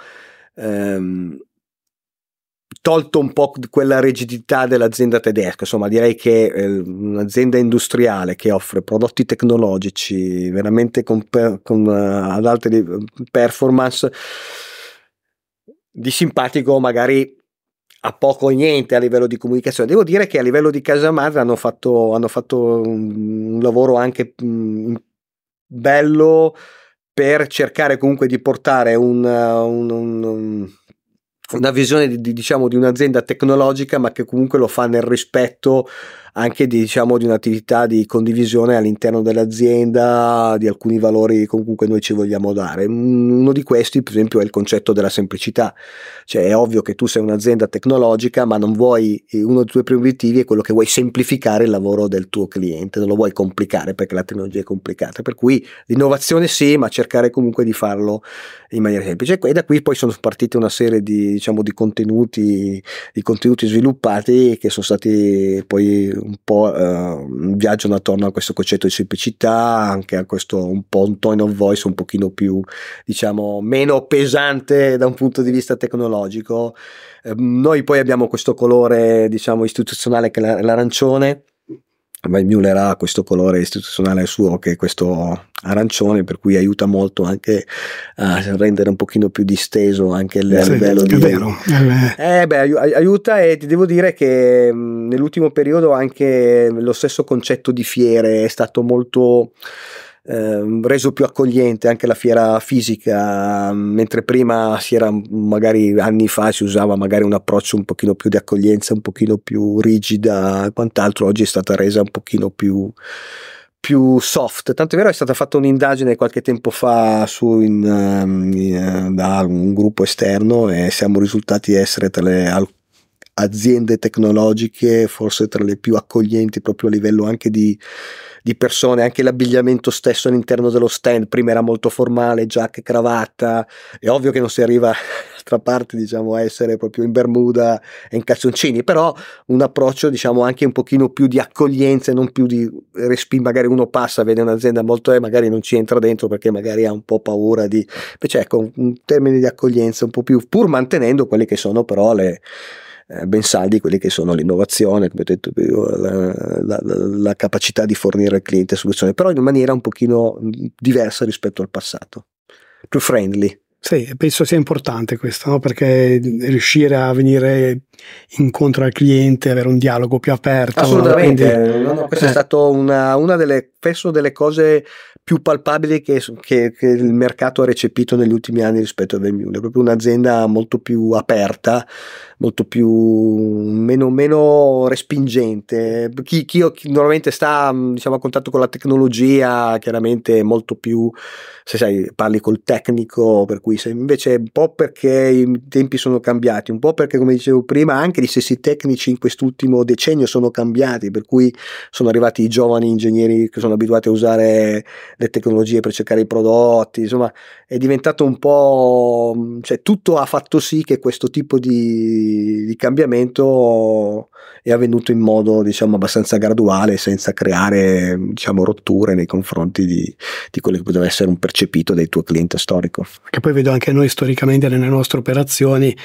tolto un po' quella rigidità dell'azienda tedesca. Insomma, direi che un'azienda industriale che offre prodotti tecnologici veramente ad alte performance, di simpatico magari ha poco o niente a livello di comunicazione. Devo dire che a livello di casa madre hanno fatto un lavoro anche bello per cercare comunque di portare una visione diciamo di un'azienda tecnologica, ma che comunque lo fa nel rispetto anche di un'attività di condivisione all'interno dell'azienda di alcuni valori che comunque noi ci vogliamo dare. Uno di questi per esempio è il concetto della semplicità, cioè è ovvio che tu sei un'azienda tecnologica, ma non vuoi, uno dei tuoi primi obiettivi è quello che vuoi semplificare il lavoro del tuo cliente, non lo vuoi complicare perché la tecnologia è complicata, per cui l'innovazione sì, ma cercare comunque di farlo in maniera semplice. E da qui poi sono partite una serie di contenuti sviluppati che sono stati poi un po' viaggiano attorno a questo concetto di semplicità, anche a questo un po' un tone of voice un pochino più meno pesante da un punto di vista tecnologico. Noi poi abbiamo questo colore istituzionale che è l'arancione, ma il Mueller ha questo colore istituzionale suo che è questo arancione, per cui aiuta molto anche a rendere un pochino più disteso anche il livello di... Vero. Aiuta, e ti devo dire che nell'ultimo periodo anche lo stesso concetto di fiere è stato molto reso più accogliente, anche la fiera fisica, mentre prima magari anni fa si usava magari un approccio un pochino più di accoglienza, un pochino più rigida e quant'altro, oggi è stata resa un pochino più soft. Tanto è vero, è stata fatta un'indagine qualche tempo fa da un gruppo esterno e siamo risultati essere tra le aziende tecnologiche forse tra le più accoglienti proprio a livello anche di persone, anche l'abbigliamento stesso all'interno dello stand prima era molto formale, giacca e cravatta. È ovvio che non si arriva d'altra parte a essere proprio in bermuda e in calzoncini, però un approccio anche un pochino più di accoglienza e non più di magari uno passa, vede un'azienda molto e magari non ci entra dentro perché magari ha un po' paura invece ecco un termine di accoglienza un po' più, pur mantenendo quelli che sono però ben saldi quelli che sono l'innovazione, come ho detto, la capacità di fornire al cliente soluzioni, però in maniera un pochino diversa rispetto al passato, più friendly. Sì, penso sia importante questo, no? Perché riuscire a venire incontro al cliente, avere un dialogo più aperto. Assolutamente, questa è stata una delle cose più palpabili che il mercato ha recepito negli ultimi anni rispetto a Vermeulen, proprio un'azienda molto più aperta, molto più meno respingente. Chi normalmente sta a contatto con la tecnologia chiaramente molto più, se sai, parli col tecnico, per cui invece un po' perché i tempi sono cambiati, un po' perché come dicevo prima anche gli stessi tecnici in quest'ultimo decennio sono cambiati, per cui sono arrivati i giovani ingegneri che sono abituati a usare le tecnologie per cercare i prodotti, insomma è diventato un po', tutto ha fatto sì che questo tipo di cambiamento è avvenuto in modo abbastanza graduale, senza creare rotture nei confronti di quello che poteva essere un percepito del tuo cliente storico. Che poi vedo anche noi storicamente nelle nostre operazioni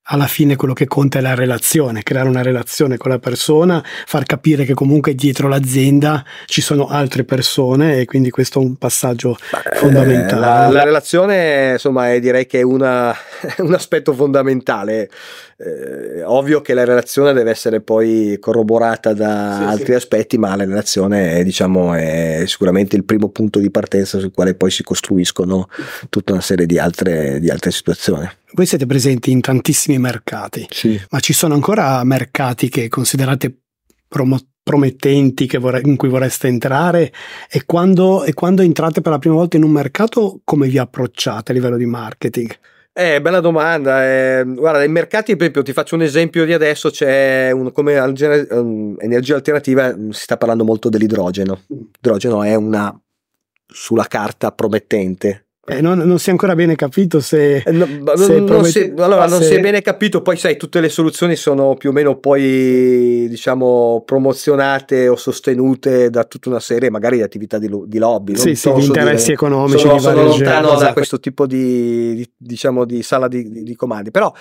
alla fine quello che conta è la relazione, creare una relazione con la persona, far capire che comunque dietro l'azienda ci sono altre persone, e quindi questo è un passaggio fondamentale. La relazione, insomma, direi che è un aspetto fondamentale. Ovvio che la relazione deve essere poi corroborata da altri aspetti, ma la relazione è, diciamo, è sicuramente il primo punto di partenza sul quale poi si costruiscono tutta una serie di altre situazioni. Voi siete presenti in tantissimi mercati, ma ci sono ancora mercati che considerate promettenti, in cui vorreste entrare? E quando entrate per la prima volta in un mercato, come vi approcciate a livello di marketing? Bella domanda. Guarda, dai mercati, per esempio, ti faccio un esempio di adesso, c'è come energia alternativa, si sta parlando molto dell'idrogeno. L'idrogeno è sulla carta promettente. Non si è ancora bene capito se non si è bene capito. Poi sai, tutte le soluzioni sono più o meno poi, diciamo, promozionate o sostenute da tutta una serie magari di attività di lobby, di interessi economici. Sono lontano da questo tipo di sala di comandi, però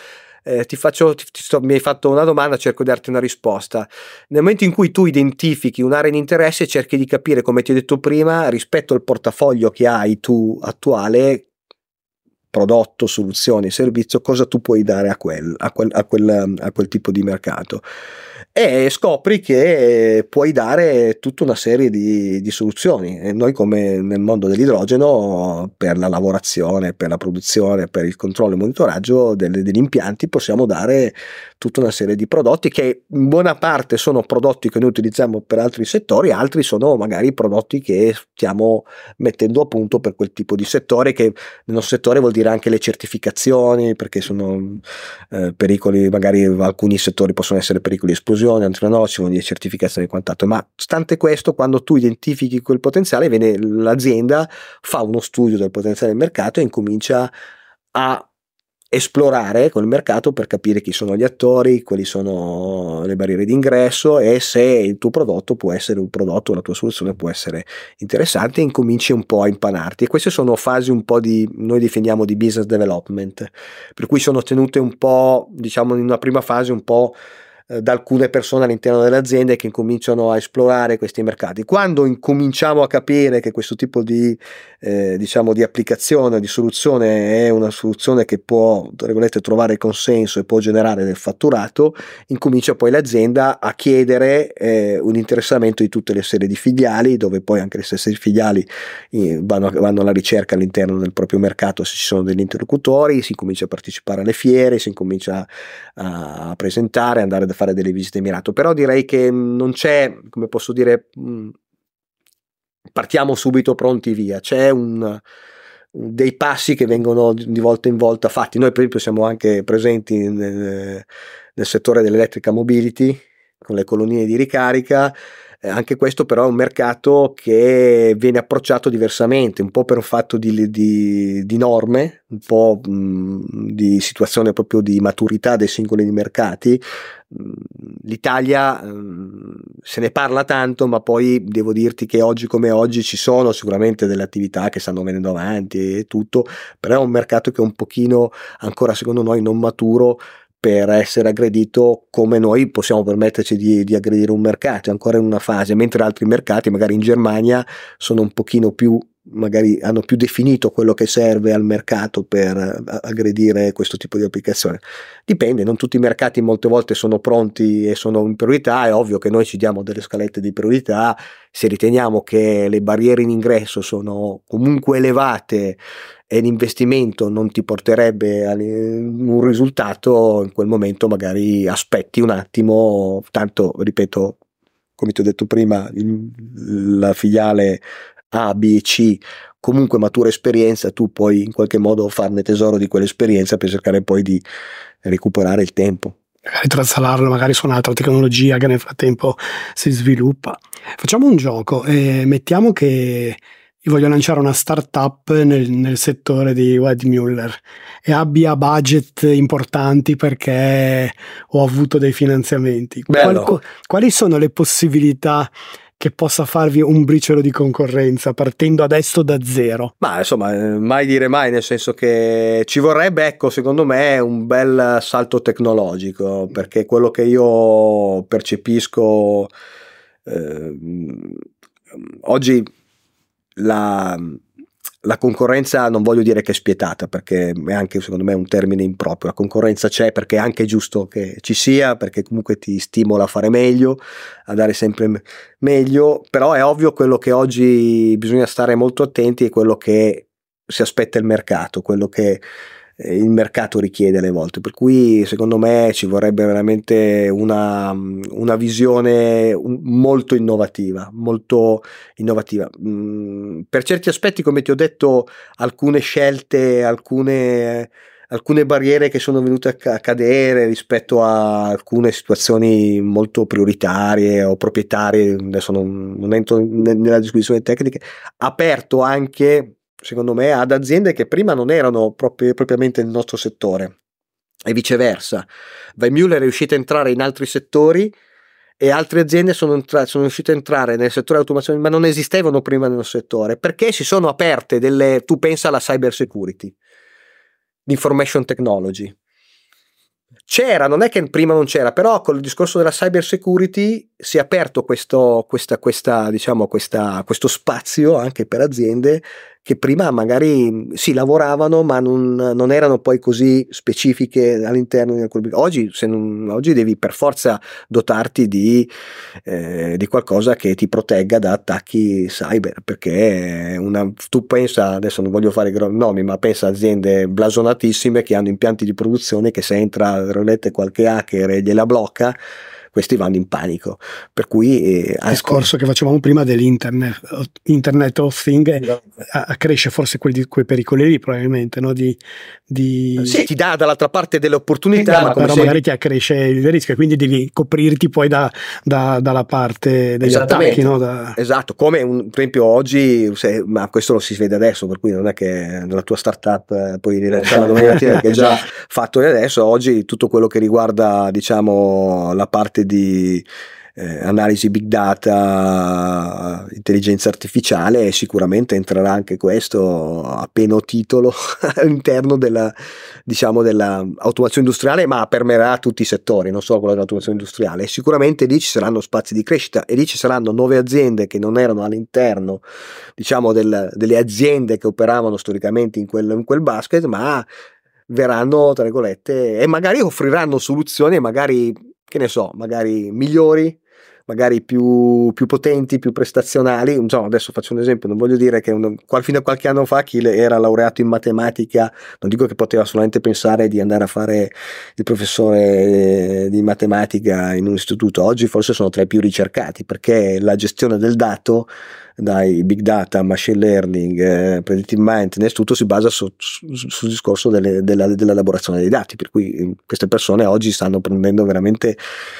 mi hai fatto una domanda, cerco di darti una risposta. Nel momento in cui tu identifichi un'area di interesse, cerchi di capire, come ti ho detto prima, rispetto al portafoglio che hai tu attuale, prodotto, soluzioni, servizio, cosa tu puoi dare a quel tipo di mercato, e scopri che puoi dare tutta una serie di soluzioni. E noi, come nel mondo dell'idrogeno, per la lavorazione, per la produzione, per il controllo e monitoraggio degli impianti, possiamo dare tutta una serie di prodotti che in buona parte sono prodotti che noi utilizziamo per altri settori, altri sono magari prodotti che stiamo mettendo a punto per quel tipo di settore, che nel nostro settore vuol dire anche le certificazioni, perché sono pericoli, magari alcuni settori possono essere pericoli di esplosione, altri no, ci sono di certificazioni e quant'altro. Ma stante questo, quando tu identifichi quel potenziale, l'azienda fa uno studio del potenziale del mercato e incomincia a esplorare quel mercato per capire chi sono gli attori, quali sono le barriere d'ingresso, e se il tuo prodotto può essere un prodotto, la tua soluzione può essere interessante, e incominci un po' a impanarti. E queste sono fasi un po' noi definiamo di business development, per cui sono tenute un po', diciamo, in una prima fase un po' da alcune persone all'interno delle aziende che incominciano a esplorare questi mercati. Quando incominciamo a capire che questo tipo di applicazione, di soluzione è una soluzione che può, tra virgolette, trovare consenso e può generare del fatturato, incomincia poi l'azienda a chiedere un interessamento di tutte le serie di filiali, dove poi anche le stesse filiali vanno alla ricerca all'interno del proprio mercato se ci sono degli interlocutori, si comincia a partecipare alle fiere, si incomincia a presentare, andare a fare delle visite mirato. Però direi che non c'è, come posso dire, partiamo subito pronti via, c'è dei passi che vengono di volta in volta fatti. Noi per esempio siamo anche presenti nel settore dell'electrica mobility con le colonnine di ricarica. Anche questo però è un mercato che viene approcciato diversamente, un po' per un fatto di norme, un po' di situazione proprio di maturità dei singoli mercati. L'Italia se ne parla tanto, ma poi devo dirti che oggi come oggi ci sono sicuramente delle attività che stanno venendo avanti e tutto, però è un mercato che è un pochino ancora, secondo noi, non maturo per essere aggredito come noi possiamo permetterci di aggredire un mercato. È ancora in una fase, mentre altri mercati, magari in Germania, sono un pochino più, magari hanno più definito quello che serve al mercato per aggredire questo tipo di applicazione. Dipende, non tutti i mercati molte volte sono pronti e sono in priorità. È ovvio che noi ci diamo delle scalette di priorità, se riteniamo che le barriere in ingresso sono comunque elevate e l'investimento non ti porterebbe a un risultato, in quel momento magari aspetti un attimo. Tanto, ripeto, come ti ho detto prima, la filiale A, B e C comunque matura esperienza, tu puoi in qualche modo farne tesoro di quell'esperienza per cercare poi di recuperare il tempo, magari trasalarlo magari su un'altra tecnologia che nel frattempo si sviluppa. Facciamo un gioco e mettiamo che io voglio lanciare una startup nel settore di Weidmuller e abbia budget importanti perché ho avuto dei finanziamenti. Quali sono le possibilità che possa farvi un briciolo di concorrenza partendo adesso da zero? Ma insomma, mai dire mai, nel senso che ci vorrebbe, ecco, secondo me, un bel salto tecnologico, perché quello che io percepisco oggi, la concorrenza, non voglio dire che è spietata, perché è anche, secondo me, un termine improprio. La concorrenza c'è perché è anche giusto che ci sia, perché comunque ti stimola a fare meglio, a dare sempre meglio, però è ovvio, quello che oggi bisogna stare molto attenti è quello che si aspetta il mercato, quello che il mercato richiede alle volte, per cui secondo me ci vorrebbe veramente una visione molto innovativa, per certi aspetti, come ti ho detto, alcune scelte, alcune barriere che sono venute a cadere rispetto a alcune situazioni molto prioritarie o proprietarie, adesso non entro nella discussione tecnica, aperto anche, secondo me, ad aziende che prima non erano propriamente nel nostro settore, e viceversa. Weimüller è riuscita a entrare in altri settori e altre aziende sono riuscite a entrare nel settore automazione, ma non esistevano prima nel settore, perché si sono aperte tu pensa alla cyber security, l'information technology. Non è che prima non c'era, però con il discorso della cyber security si è aperto questo spazio anche per aziende che prima magari si lavoravano, ma non erano poi così specifiche all'interno di quel. Oggi devi per forza dotarti di qualcosa che ti protegga da attacchi cyber, perché tu pensa, adesso non voglio fare nomi, ma pensa a aziende blasonatissime che hanno impianti di produzione che se entra qualche hacker e gliela blocca, questi vanno in panico. Per cui il discorso che facevamo prima dell'Internet of Things accresce forse quei pericoli lì, probabilmente, no? Sì, ti dà dall'altra parte delle opportunità, ma però magari ti accresce il rischio, quindi devi coprirti poi dalla parte degli attacchi, no? Esatto, come per esempio oggi, ma questo lo si vede adesso, per cui non è che nella tua startup puoi dire la domenica mattina che è già fatto adesso. Oggi tutto quello che riguarda, diciamo, la parte di analisi big data, intelligenza artificiale, sicuramente entrerà anche questo a pieno titolo all'interno della automazione industriale, ma permeerà tutti i settori, non solo quello dell'automazione industriale. E sicuramente lì ci saranno spazi di crescita e lì ci saranno nuove aziende che non erano all'interno, diciamo, delle aziende che operavano storicamente in quel basket, ma verranno, tra virgolette, e magari offriranno soluzioni, e magari, che ne so, magari migliori, magari più potenti, più prestazionali. Insomma, adesso faccio un esempio, non voglio dire che fino a qualche anno fa chi era laureato in matematica, non dico che poteva solamente pensare di andare a fare il professore di matematica in un istituto. Oggi forse sono tra i più ricercati, perché la gestione del dato, dai big data, machine learning, predictive maintenance, tutto si basa sul discorso dell'elaborazione dei dati, per cui queste persone oggi stanno prendendo veramente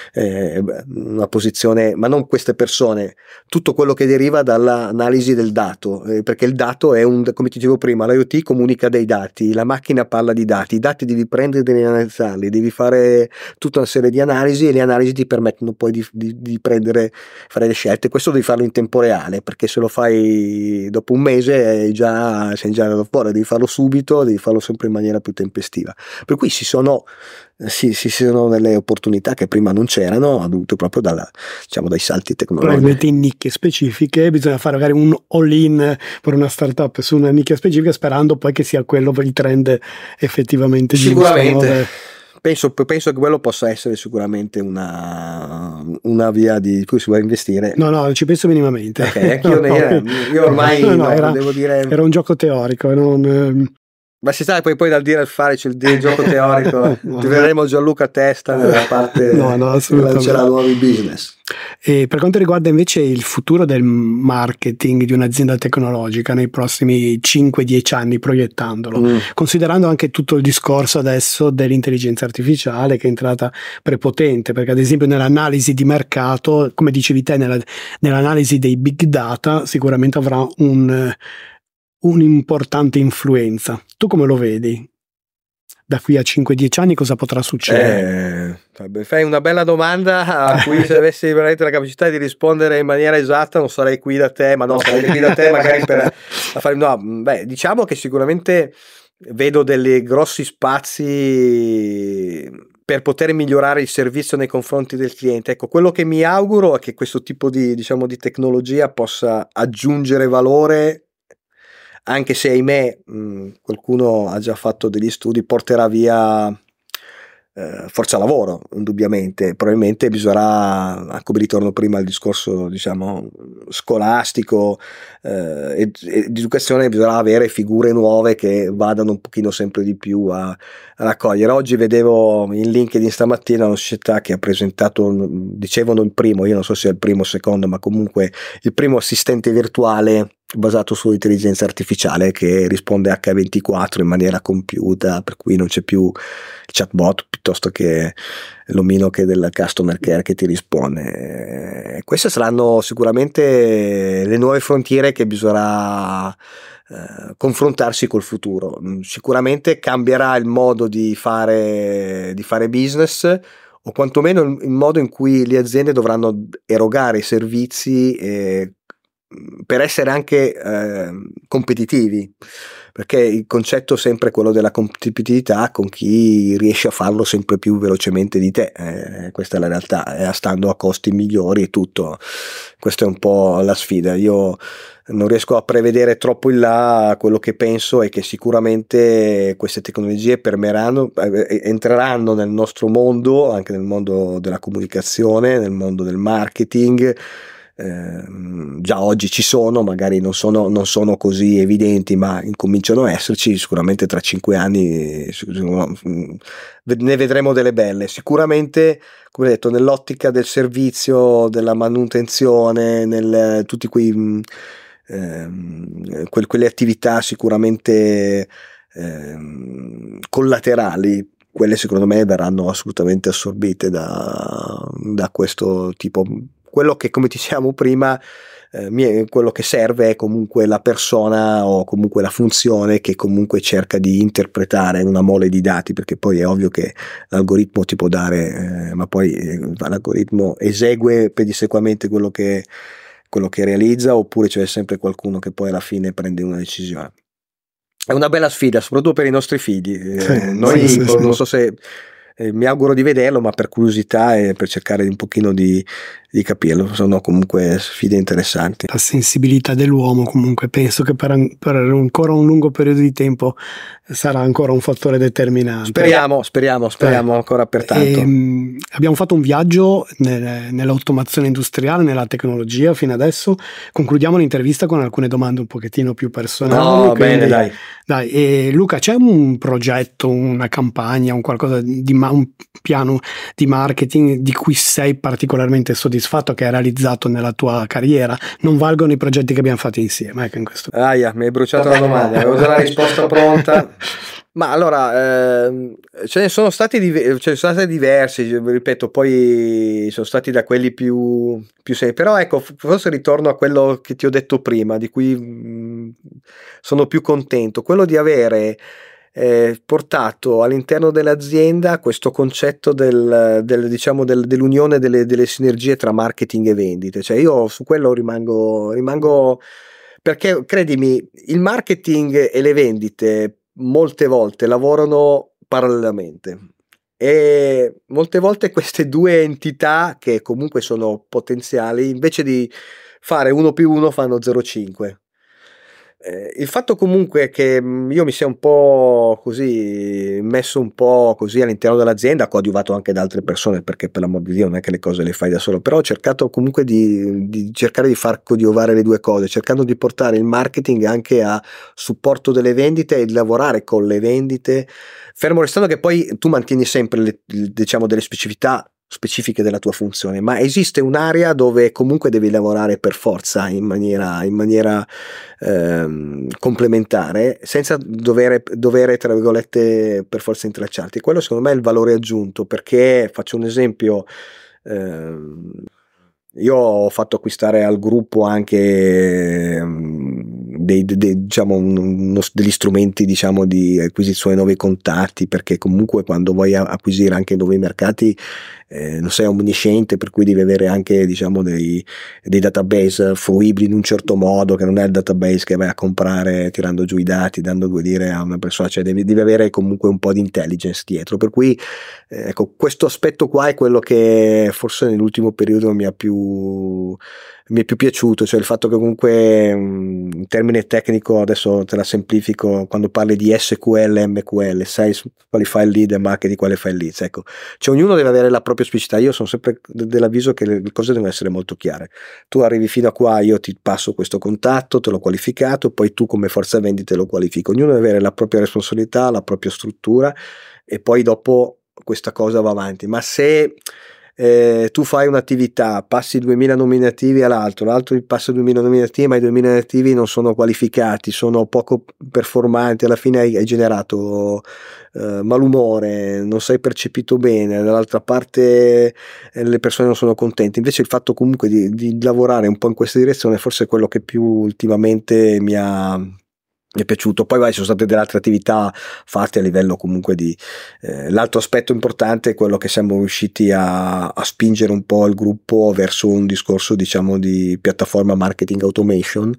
una posizione, ma non queste persone, tutto quello che deriva dall'analisi del dato, perché il dato è come ti dicevo prima, l'IoT comunica dei dati, la macchina parla di dati, i dati devi prendere, devi analizzarli, devi fare tutta una serie di analisi, e le analisi ti permettono poi di fare le scelte. Questo devi farlo in tempo reale, perché se lo fai dopo un mese sei già fuori, devi farlo subito, devi farlo sempre in maniera più tempestiva. Per cui ci sono delle opportunità che prima non c'erano, dovute proprio dai salti tecnologici. Probabilmente in nicchie specifiche bisogna fare magari un all-in per una startup su una nicchia specifica, sperando poi che sia quello il trend effettivamente sicuramente giusto, no? Penso che quello possa essere sicuramente una via di cui si vuole investire. No, non ci penso minimamente. Okay, io ormai devo dire, era un gioco teorico, non. Ma si sta poi dal dire al fare, c'è il gioco teorico. Ti vedremo Gianluca a testa nella parte di lanciare nuovi business. E per quanto riguarda invece il futuro del marketing di un'azienda tecnologica nei prossimi 5-10 anni, proiettandolo, considerando anche tutto il discorso adesso dell'intelligenza artificiale che è entrata prepotente, perché ad esempio nell'analisi di mercato, come dicevi te, nell'analisi dei big data sicuramente avrà un'importante influenza. Tu come lo vedi? da qui a 5-10 anni cosa potrà succedere? Fai una bella domanda a cui se avessi veramente la capacità di rispondere in maniera esatta non sarei qui da te, ma no, sarei qui da te magari per fare, no, beh, diciamo che sicuramente vedo dei grossi spazi per poter migliorare il servizio nei confronti del cliente. Ecco, quello che mi auguro è che questo tipo di, diciamo, di tecnologia possa aggiungere valore, anche se ahimè qualcuno ha già fatto degli studi, porterà via forza lavoro, indubbiamente. Probabilmente bisognerà, come ritorno prima al discorso, diciamo, scolastico e di educazione, bisognerà avere figure nuove che vadano un pochino sempre di più a raccogliere. Oggi vedevo in LinkedIn stamattina una società che ha presentato, dicevano il primo, io non so se è il primo o il secondo, ma comunque il primo assistente virtuale basato sull'intelligenza artificiale che risponde H24 in maniera compiuta, per cui non c'è più il chatbot piuttosto che l'omino che del customer care che ti risponde. Queste saranno sicuramente le nuove frontiere che bisognerà confrontarsi col futuro. Sicuramente cambierà il modo di fare business, o quantomeno il modo in cui le aziende dovranno erogare i servizi per essere anche competitivi, perché il concetto è sempre quello della competitività con chi riesce a farlo sempre più velocemente di te, questa è la realtà, stando a costi migliori e tutto. Questa è un po' la sfida. Io non riesco a prevedere troppo in là. Quello che penso è che sicuramente queste tecnologie entreranno nel nostro mondo, anche nel mondo della comunicazione, nel mondo del marketing. Già oggi ci sono, magari non sono così evidenti, ma incominciano a esserci. Sicuramente tra 5 anni ne vedremo delle belle. Sicuramente, come detto, nell'ottica del servizio, della manutenzione, tutti quelle attività sicuramente collaterali, quelle secondo me verranno assolutamente assorbite da questo tipo. Quello che, come diciamo prima, quello che serve è comunque la persona, o comunque la funzione che comunque cerca di interpretare una mole di dati, perché poi è ovvio che l'algoritmo ti può dare, ma poi l'algoritmo esegue pedissequamente quello che realizza, oppure c'è sempre qualcuno che poi alla fine prende una decisione. È una bella sfida, soprattutto per i nostri figli. Noi non so se mi auguro di vederlo, ma per curiosità e per cercare un pochino di capirlo, sono comunque sfide interessanti. La sensibilità dell'uomo comunque penso che per ancora un lungo periodo di tempo sarà ancora un fattore determinante. Speriamo ancora per tanto. Abbiamo fatto un viaggio nell'automazione industriale, nella tecnologia fino adesso. Concludiamo l'intervista con alcune domande un pochettino più personali. Bene, dai. E Luca, c'è un progetto, una campagna, un piano di marketing di cui sei particolarmente soddisfatto, che hai realizzato nella tua carriera? Non valgono i progetti che abbiamo fatto insieme, ecco, in questo. Mi hai bruciato la domanda, avevo già la risposta pronta. Ma allora, ce ne sono stati diversi, ripeto, poi sono stati da quelli più semplici, però ecco, forse ritorno a quello che ti ho detto prima, di cui sono più contento, quello di avere portato all'interno dell'azienda questo concetto dell'unione delle sinergie tra marketing e vendite. Cioè io su quello rimango, perché credimi, il marketing e le vendite molte volte lavorano parallelamente, e molte volte queste due entità, che comunque sono potenziali, invece di fare 1 più 1 fanno 0,5. Il fatto comunque che io mi sia un po' così messo un po' così all'interno dell'azienda, coadiuvato anche da altre persone, perché per l'amor di Dio non è che le cose le fai da solo, però ho cercato comunque di cercare di far coadiuvare le due cose, cercando di portare il marketing anche a supporto delle vendite e di lavorare con le vendite, fermo restando che poi tu mantieni sempre diciamo delle specifiche della tua funzione, ma esiste un'area dove comunque devi lavorare per forza in maniera complementare, senza dover tra virgolette per forza intralciarti. Quello secondo me è il valore aggiunto, perché faccio un esempio, io ho fatto acquistare al gruppo anche degli strumenti, diciamo, di acquisizione di nuovi contatti, perché comunque quando vuoi acquisire anche nuovi mercati non sei omnisciente, per cui devi avere anche, diciamo, dei database fruibili in un certo modo, che non è il database che vai a comprare tirando giù i dati, dando due dire a una persona, cioè devi avere comunque un po' di intelligence dietro, per cui ecco, questo aspetto qua è quello che forse nell'ultimo periodo mi è più piaciuto, cioè il fatto che comunque in termine tecnico, adesso te la semplifico, quando parli di SQL, MQL, sai quali file lead e market di quale file leads, ecco, cioè ognuno deve avere la propria specificità. Io sono sempre dell'avviso che le cose devono essere molto chiare. Tu arrivi fino a qua, io ti passo questo contatto, te l'ho qualificato, poi tu come forza vendite lo qualifico. Ognuno deve avere la propria responsabilità, la propria struttura, e poi dopo questa cosa va avanti. Ma se tu fai un'attività, passi 2000 nominativi all'altro, l'altro ti passa 2000 nominativi, ma i 2000 nominativi non sono qualificati, sono poco performanti, alla fine hai generato malumore, non sei percepito bene, dall'altra parte le persone non sono contente. Invece il fatto comunque di lavorare un po' in questa direzione forse è quello che più ultimamente mi è piaciuto. Poi ci sono state delle altre attività fatte a livello comunque di l'altro aspetto importante è quello che siamo riusciti a spingere un po' il gruppo verso un discorso, diciamo, di piattaforma marketing automation,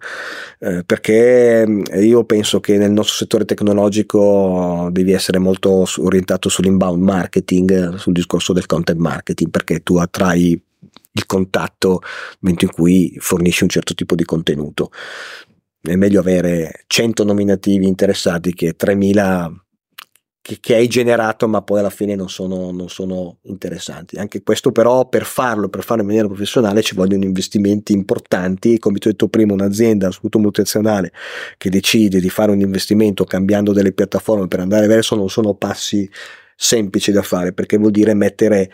perché io penso che nel nostro settore tecnologico devi essere molto orientato sull'inbound marketing, sul discorso del content marketing, perché tu attrai il contatto nel momento in cui fornisci un certo tipo di contenuto. È meglio avere 100 nominativi interessati che 3000 che hai generato ma poi alla fine non sono interessanti. Anche questo però, per farlo in maniera professionale, ci vogliono investimenti importanti. Come ti ho detto prima, un'azienda soprattutto multinazionale che decide di fare un investimento cambiando delle piattaforme per andare verso, non sono passi semplici da fare, perché vuol dire mettere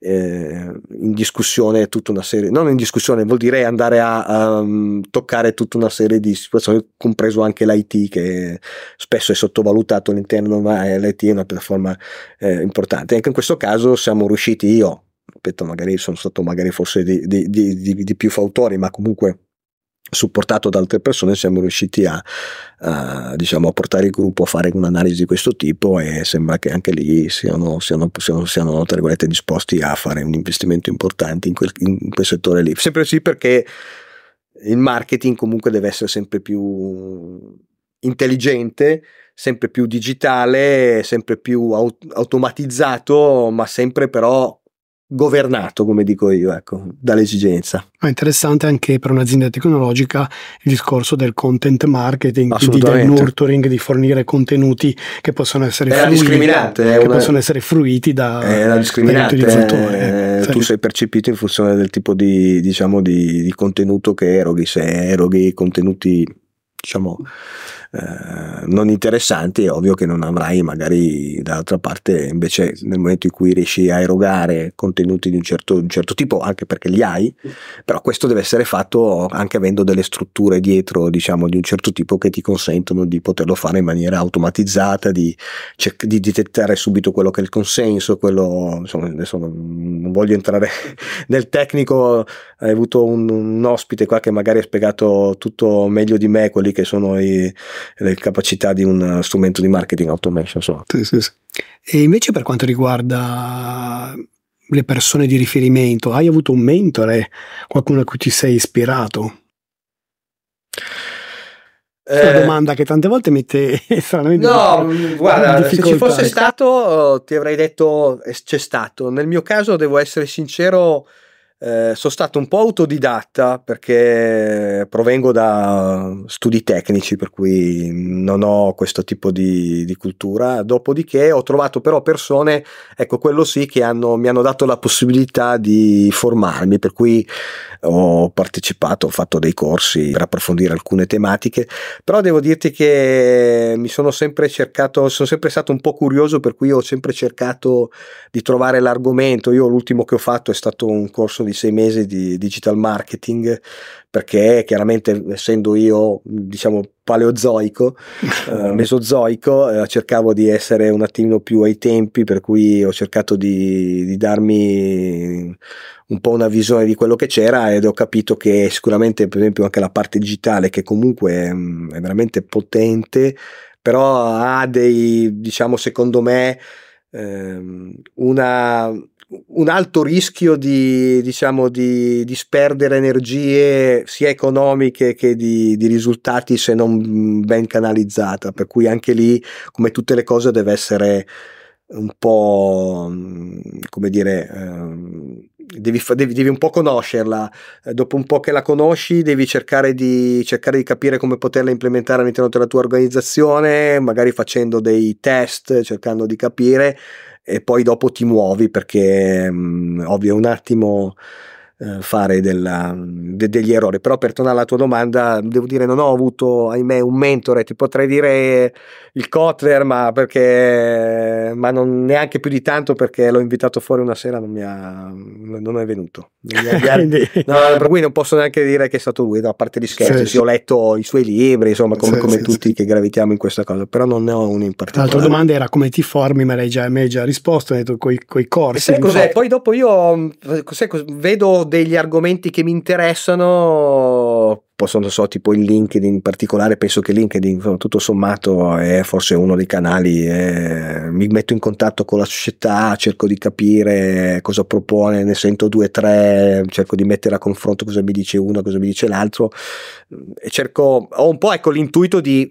in discussione tutta una serie, non in discussione, vuol dire andare a toccare tutta una serie di situazioni, compreso anche l'IT, che spesso è sottovalutato all'interno, ma l'IT è una piattaforma importante. Anche in questo caso siamo riusciti, io ripeto, magari sono stato forse di più fautori, ma comunque supportato da altre persone siamo riusciti a portare il gruppo a fare un'analisi di questo tipo, e sembra che anche lì siano tra virgolette disposti a fare un investimento importante in quel settore lì, sempre sì, perché il marketing comunque deve essere sempre più intelligente, sempre più digitale, sempre più automatizzato, ma sempre però governato, come dico io, ecco, dall'esigenza. È interessante anche per un'azienda tecnologica il discorso del content marketing, quindi del nurturing, di fornire contenuti che possono essere possono essere fruiti dall'utilizzatore. Tu sei percepito in funzione del tipo di contenuto che eroghi. Se eroghi contenuti, diciamo, non interessanti, è ovvio che non avrai, magari dall'altra parte invece nel momento in cui riesci a erogare contenuti di un certo tipo, anche perché li hai, però questo deve essere fatto anche avendo delle strutture dietro, diciamo, di un certo tipo, che ti consentono di poterlo fare in maniera automatizzata, di detettare subito quello che è il consenso, quello, insomma, adesso non voglio entrare nel tecnico. Hai avuto un ospite qua che magari ha spiegato tutto meglio di me quelli che sono le capacità di un strumento di marketing automation. Sì. E invece per quanto riguarda le persone di riferimento, hai avuto un mentore, qualcuno a cui ti sei ispirato? È una domanda che tante volte mette stranamente. No, guarda, se ci fosse stato ti avrei detto c'è stato. Nel mio caso, devo essere sincero, sono stato un po' autodidatta, perché provengo da studi tecnici, per cui non ho questo tipo di cultura. Dopodiché ho trovato però persone, ecco, quello sì, che mi hanno dato la possibilità di formarmi, per cui ho partecipato, ho fatto dei corsi per approfondire alcune tematiche. Però devo dirti che sono sempre stato un po' curioso, per cui ho sempre cercato di trovare l'argomento. Io l'ultimo che ho fatto è stato un corso di 6 mesi di digital marketing, perché chiaramente, essendo io diciamo paleozoico, mesozoico, cercavo di essere un attimino più ai tempi, per cui ho cercato di darmi un po' una visione di quello che c'era, ed ho capito che sicuramente, per esempio, anche la parte digitale, che comunque è veramente potente, però ha dei, diciamo, secondo me, un alto rischio di, diciamo, di sperdere energie sia economiche che di risultati, se non ben canalizzata, per cui anche lì, come tutte le cose, deve essere un po', come dire, devi un po' conoscerla. Dopo un po' che la conosci, devi cercare di capire come poterla implementare all'interno della tua organizzazione, magari facendo dei test, cercando di capire, e poi dopo ti muovi, perché ovvio è un attimo fare degli errori. Però, per tornare alla tua domanda, devo dire, non ho avuto, ahimè, un mentore. Ti potrei dire il Kotler, ma non neanche più di tanto, perché l'ho invitato fuori una sera, non è venuto. No, per cui non posso neanche dire che è stato lui, no, a parte gli scherzi. Sì, ho letto i suoi libri, insomma, come tutti che gravitiamo in questa cosa, però non ne ho uno in particolare. L'altra domanda era come ti formi, ma mi hai già risposto, hai detto coi corsi. Sai cos'è? Poi dopo io vedo degli argomenti che mi interessano, non so, tipo il LinkedIn in particolare. Penso che LinkedIn, tutto sommato, è forse uno dei canali. Mi metto in contatto con la società, cerco di capire cosa propone, ne sento 2 o 3, cerco di mettere a confronto cosa mi dice uno, cosa mi dice l'altro, e ho un po', ecco, l'intuito di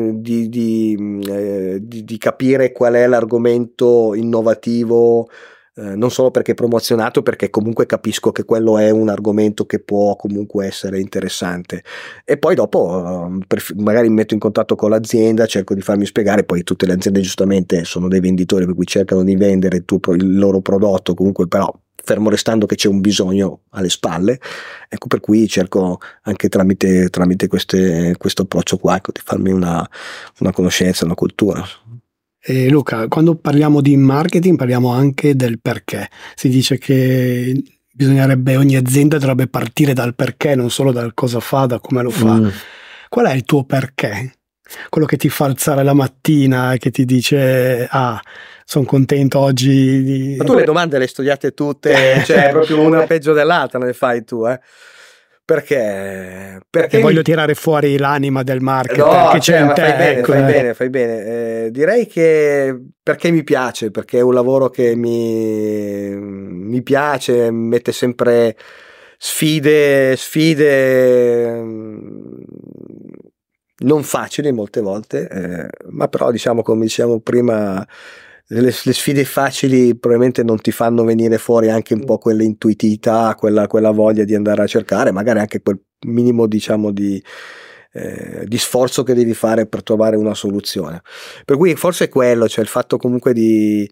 capire qual è l'argomento innovativo, non solo perché è promozionato, perché comunque capisco che quello è un argomento che può comunque essere interessante, e poi dopo magari mi metto in contatto con l'azienda, cerco di farmi spiegare. Poi tutte le aziende giustamente sono dei venditori, per cui cercano di vendere il loro prodotto, comunque, però fermo restando che c'è un bisogno alle spalle, ecco, per cui cerco anche tramite questo approccio qua, ecco, di farmi una conoscenza, una cultura. Luca, quando parliamo di marketing parliamo anche del perché. Si dice che ogni azienda dovrebbe partire dal perché, non solo dal cosa fa, da come lo fa. Qual è il tuo perché? Quello che ti fa alzare la mattina e che ti dice sono contento oggi. Ma tu le domande le hai studiate tutte, cioè proprio una peggio dell'altra ne fai tu, perché voglio tirare fuori l'anima del marketing, no, che c'è in te. Fai bene. Direi che perché mi piace, perché è un lavoro che mi piace, mi mette sempre sfide non facili molte volte, ma però, diciamo, come dicevamo prima, le sfide facili probabilmente non ti fanno venire fuori anche un po' quell'intuitività, quella voglia di andare a cercare, magari anche quel minimo, diciamo, di sforzo che devi fare per trovare una soluzione. Per cui forse è quello, cioè il fatto comunque di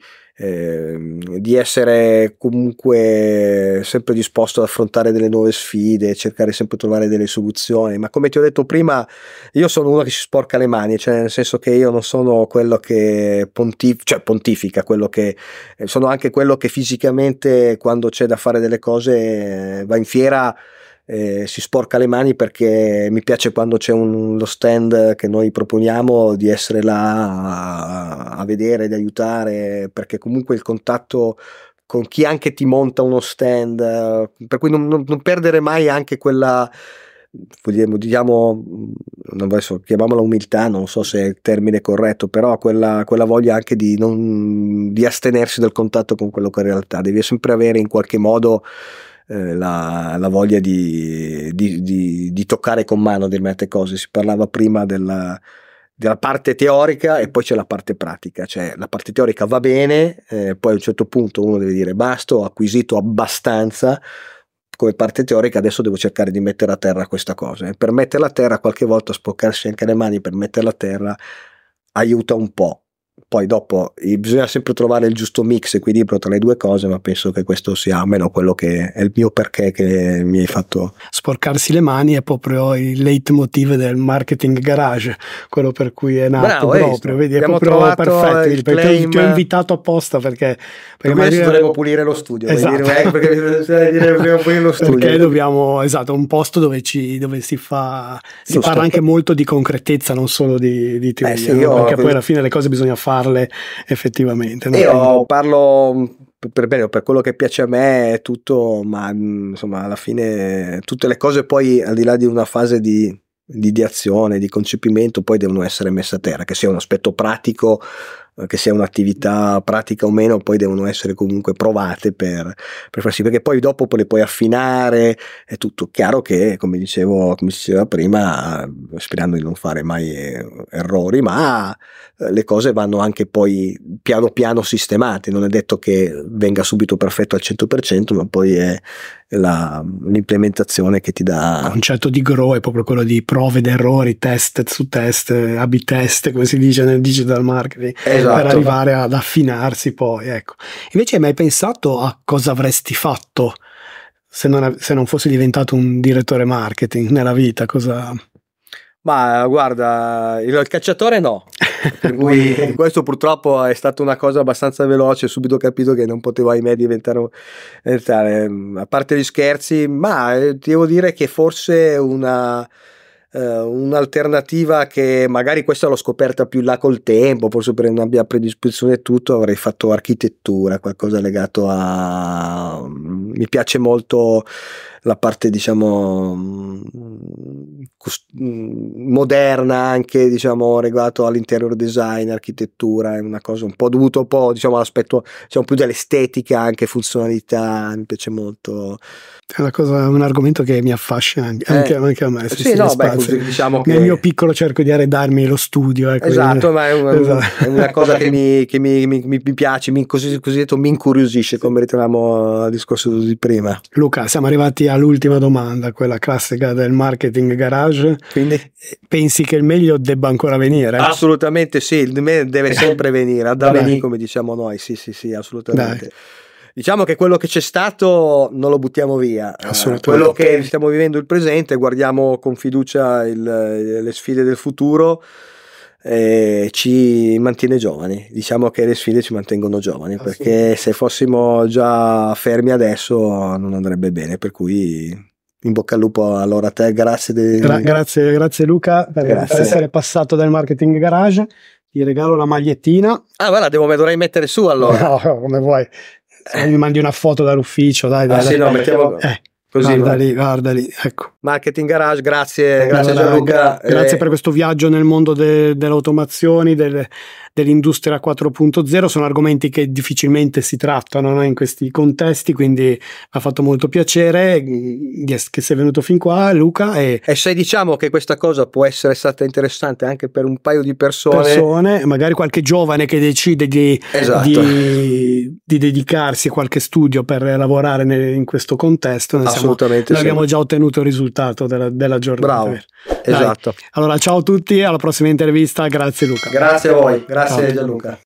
essere comunque sempre disposto ad affrontare delle nuove sfide, cercare sempre di trovare delle soluzioni. Ma come ti ho detto prima, io sono uno che si sporca le mani, cioè nel senso che io non sono quello che pontifica, quello che sono anche quello che fisicamente, quando c'è da fare delle cose, va in fiera, si sporca le mani, perché mi piace, quando c'è lo stand che noi proponiamo, di essere là a vedere, di aiutare, perché comunque il contatto con chi anche ti monta uno stand, per cui non perdere mai anche quella, diciamo, adesso chiamiamola umiltà, non so se è il termine corretto, però quella voglia anche di astenersi dal contatto con quello che in realtà devi sempre avere in qualche modo, la voglia di toccare con mano determinate cose. Si parlava prima della parte teorica, e poi c'è la parte pratica. Cioè, la parte teorica va bene, poi a un certo punto uno deve dire basta, ho acquisito abbastanza come parte teorica, adesso devo cercare di mettere a terra questa cosa, e per metterla a terra qualche volta sporcarsi anche le mani per metterla a terra aiuta un po', Poi dopo bisogna sempre trovare il giusto mix, equilibrio tra le due cose, ma penso che questo sia almeno quello che è il mio perché che mi hai fatto. Sporcarsi le mani è proprio il leitmotiv del marketing garage, quello per cui è nato. Bravo, proprio, vedi, è proprio perfetto, perché ti ho invitato apposta perché adesso dovremmo pulire lo studio, esatto. Dobbiamo pulire lo studio, perché dobbiamo, esatto, un posto dove si parla anche molto di concretezza, non solo di teoria, perché poi alla fine le cose bisogna farle effettivamente. Io parlo per quello che piace a me è tutto, ma insomma alla fine tutte le cose poi al di là di una fase di azione, di concepimento, poi devono essere messe a terra, che sia un aspetto pratico, che sia un'attività pratica o meno, poi devono essere comunque provate per far sì, perché poi dopo le puoi affinare, è tutto chiaro che come diceva prima, sperando di non fare mai errori, ma le cose vanno anche poi piano piano sistemate, non è detto che venga subito perfetto al 100%, ma poi è l'implementazione che ti dà. Il concetto di grow è proprio quello di prove ed errori, test su test, A/B test, come si dice nel digital marketing, esatto, per arrivare ad affinarsi poi, ecco. Invece hai mai pensato a cosa avresti fatto se non fossi diventato un direttore marketing nella vita? Cosa... Ma guarda, il cacciatore no, per cui questo purtroppo è stata una cosa abbastanza veloce, subito ho capito che non potevo ahimè diventare, a parte gli scherzi, ma devo dire che forse un'alternativa che magari questa l'ho scoperta più là col tempo, forse per una mia predisposizione e tutto, avrei fatto architettura, qualcosa legato a... mi piace molto la parte diciamo moderna, anche diciamo legato all'interior design, architettura, è una cosa un po' dovuto un po' diciamo all'aspetto diciamo più dell'estetica, anche funzionalità, mi piace molto. È un argomento che mi affascina anche a me. Sì, no, beh, così, diciamo nel mio piccolo cerco di arredarmi lo studio. Ecco, esatto, ma è una cosa che mi piace, cosiddetto mi incuriosisce, come ritorniamo al discorso di prima. Luca, siamo arrivati all'ultima domanda, quella classica del marketing garage. Quindi? Pensi che il meglio debba ancora venire? Assolutamente sì, il meglio deve sempre venire, ad avvenire come diciamo noi, sì, assolutamente. Dai. Diciamo che quello che c'è stato non lo buttiamo via, quello che stiamo vivendo il presente, guardiamo con fiducia le sfide del futuro, ci mantiene giovani, diciamo che le sfide ci mantengono giovani, perché se fossimo già fermi adesso non andrebbe bene, per cui in bocca al lupo allora a te, grazie grazie Luca per essere passato dal marketing garage, ti regalo la magliettina. Guarda, dovrei mettere su allora. No, come vuoi. Se mi mandi una foto dall'ufficio, dai. Sì, no, mettiamo così. Guarda lì, ecco. Marketing Garage, grazie Gianluca. Grazie per questo viaggio nel mondo delle automazioni, dell'industria 4.0. Sono argomenti che difficilmente si trattano, no, in questi contesti, quindi mi ha fatto molto piacere che sei venuto fin qua, Luca. E se diciamo che questa cosa può essere stata interessante anche per un paio di persone, magari qualche giovane che decide di dedicarsi a qualche studio per lavorare in questo contesto, assolutamente noi abbiamo già ottenuto il risultato della giornata. Bravo, esatto. Allora ciao a tutti, alla prossima intervista, grazie Luca. Grazie a voi, grazie Gianluca.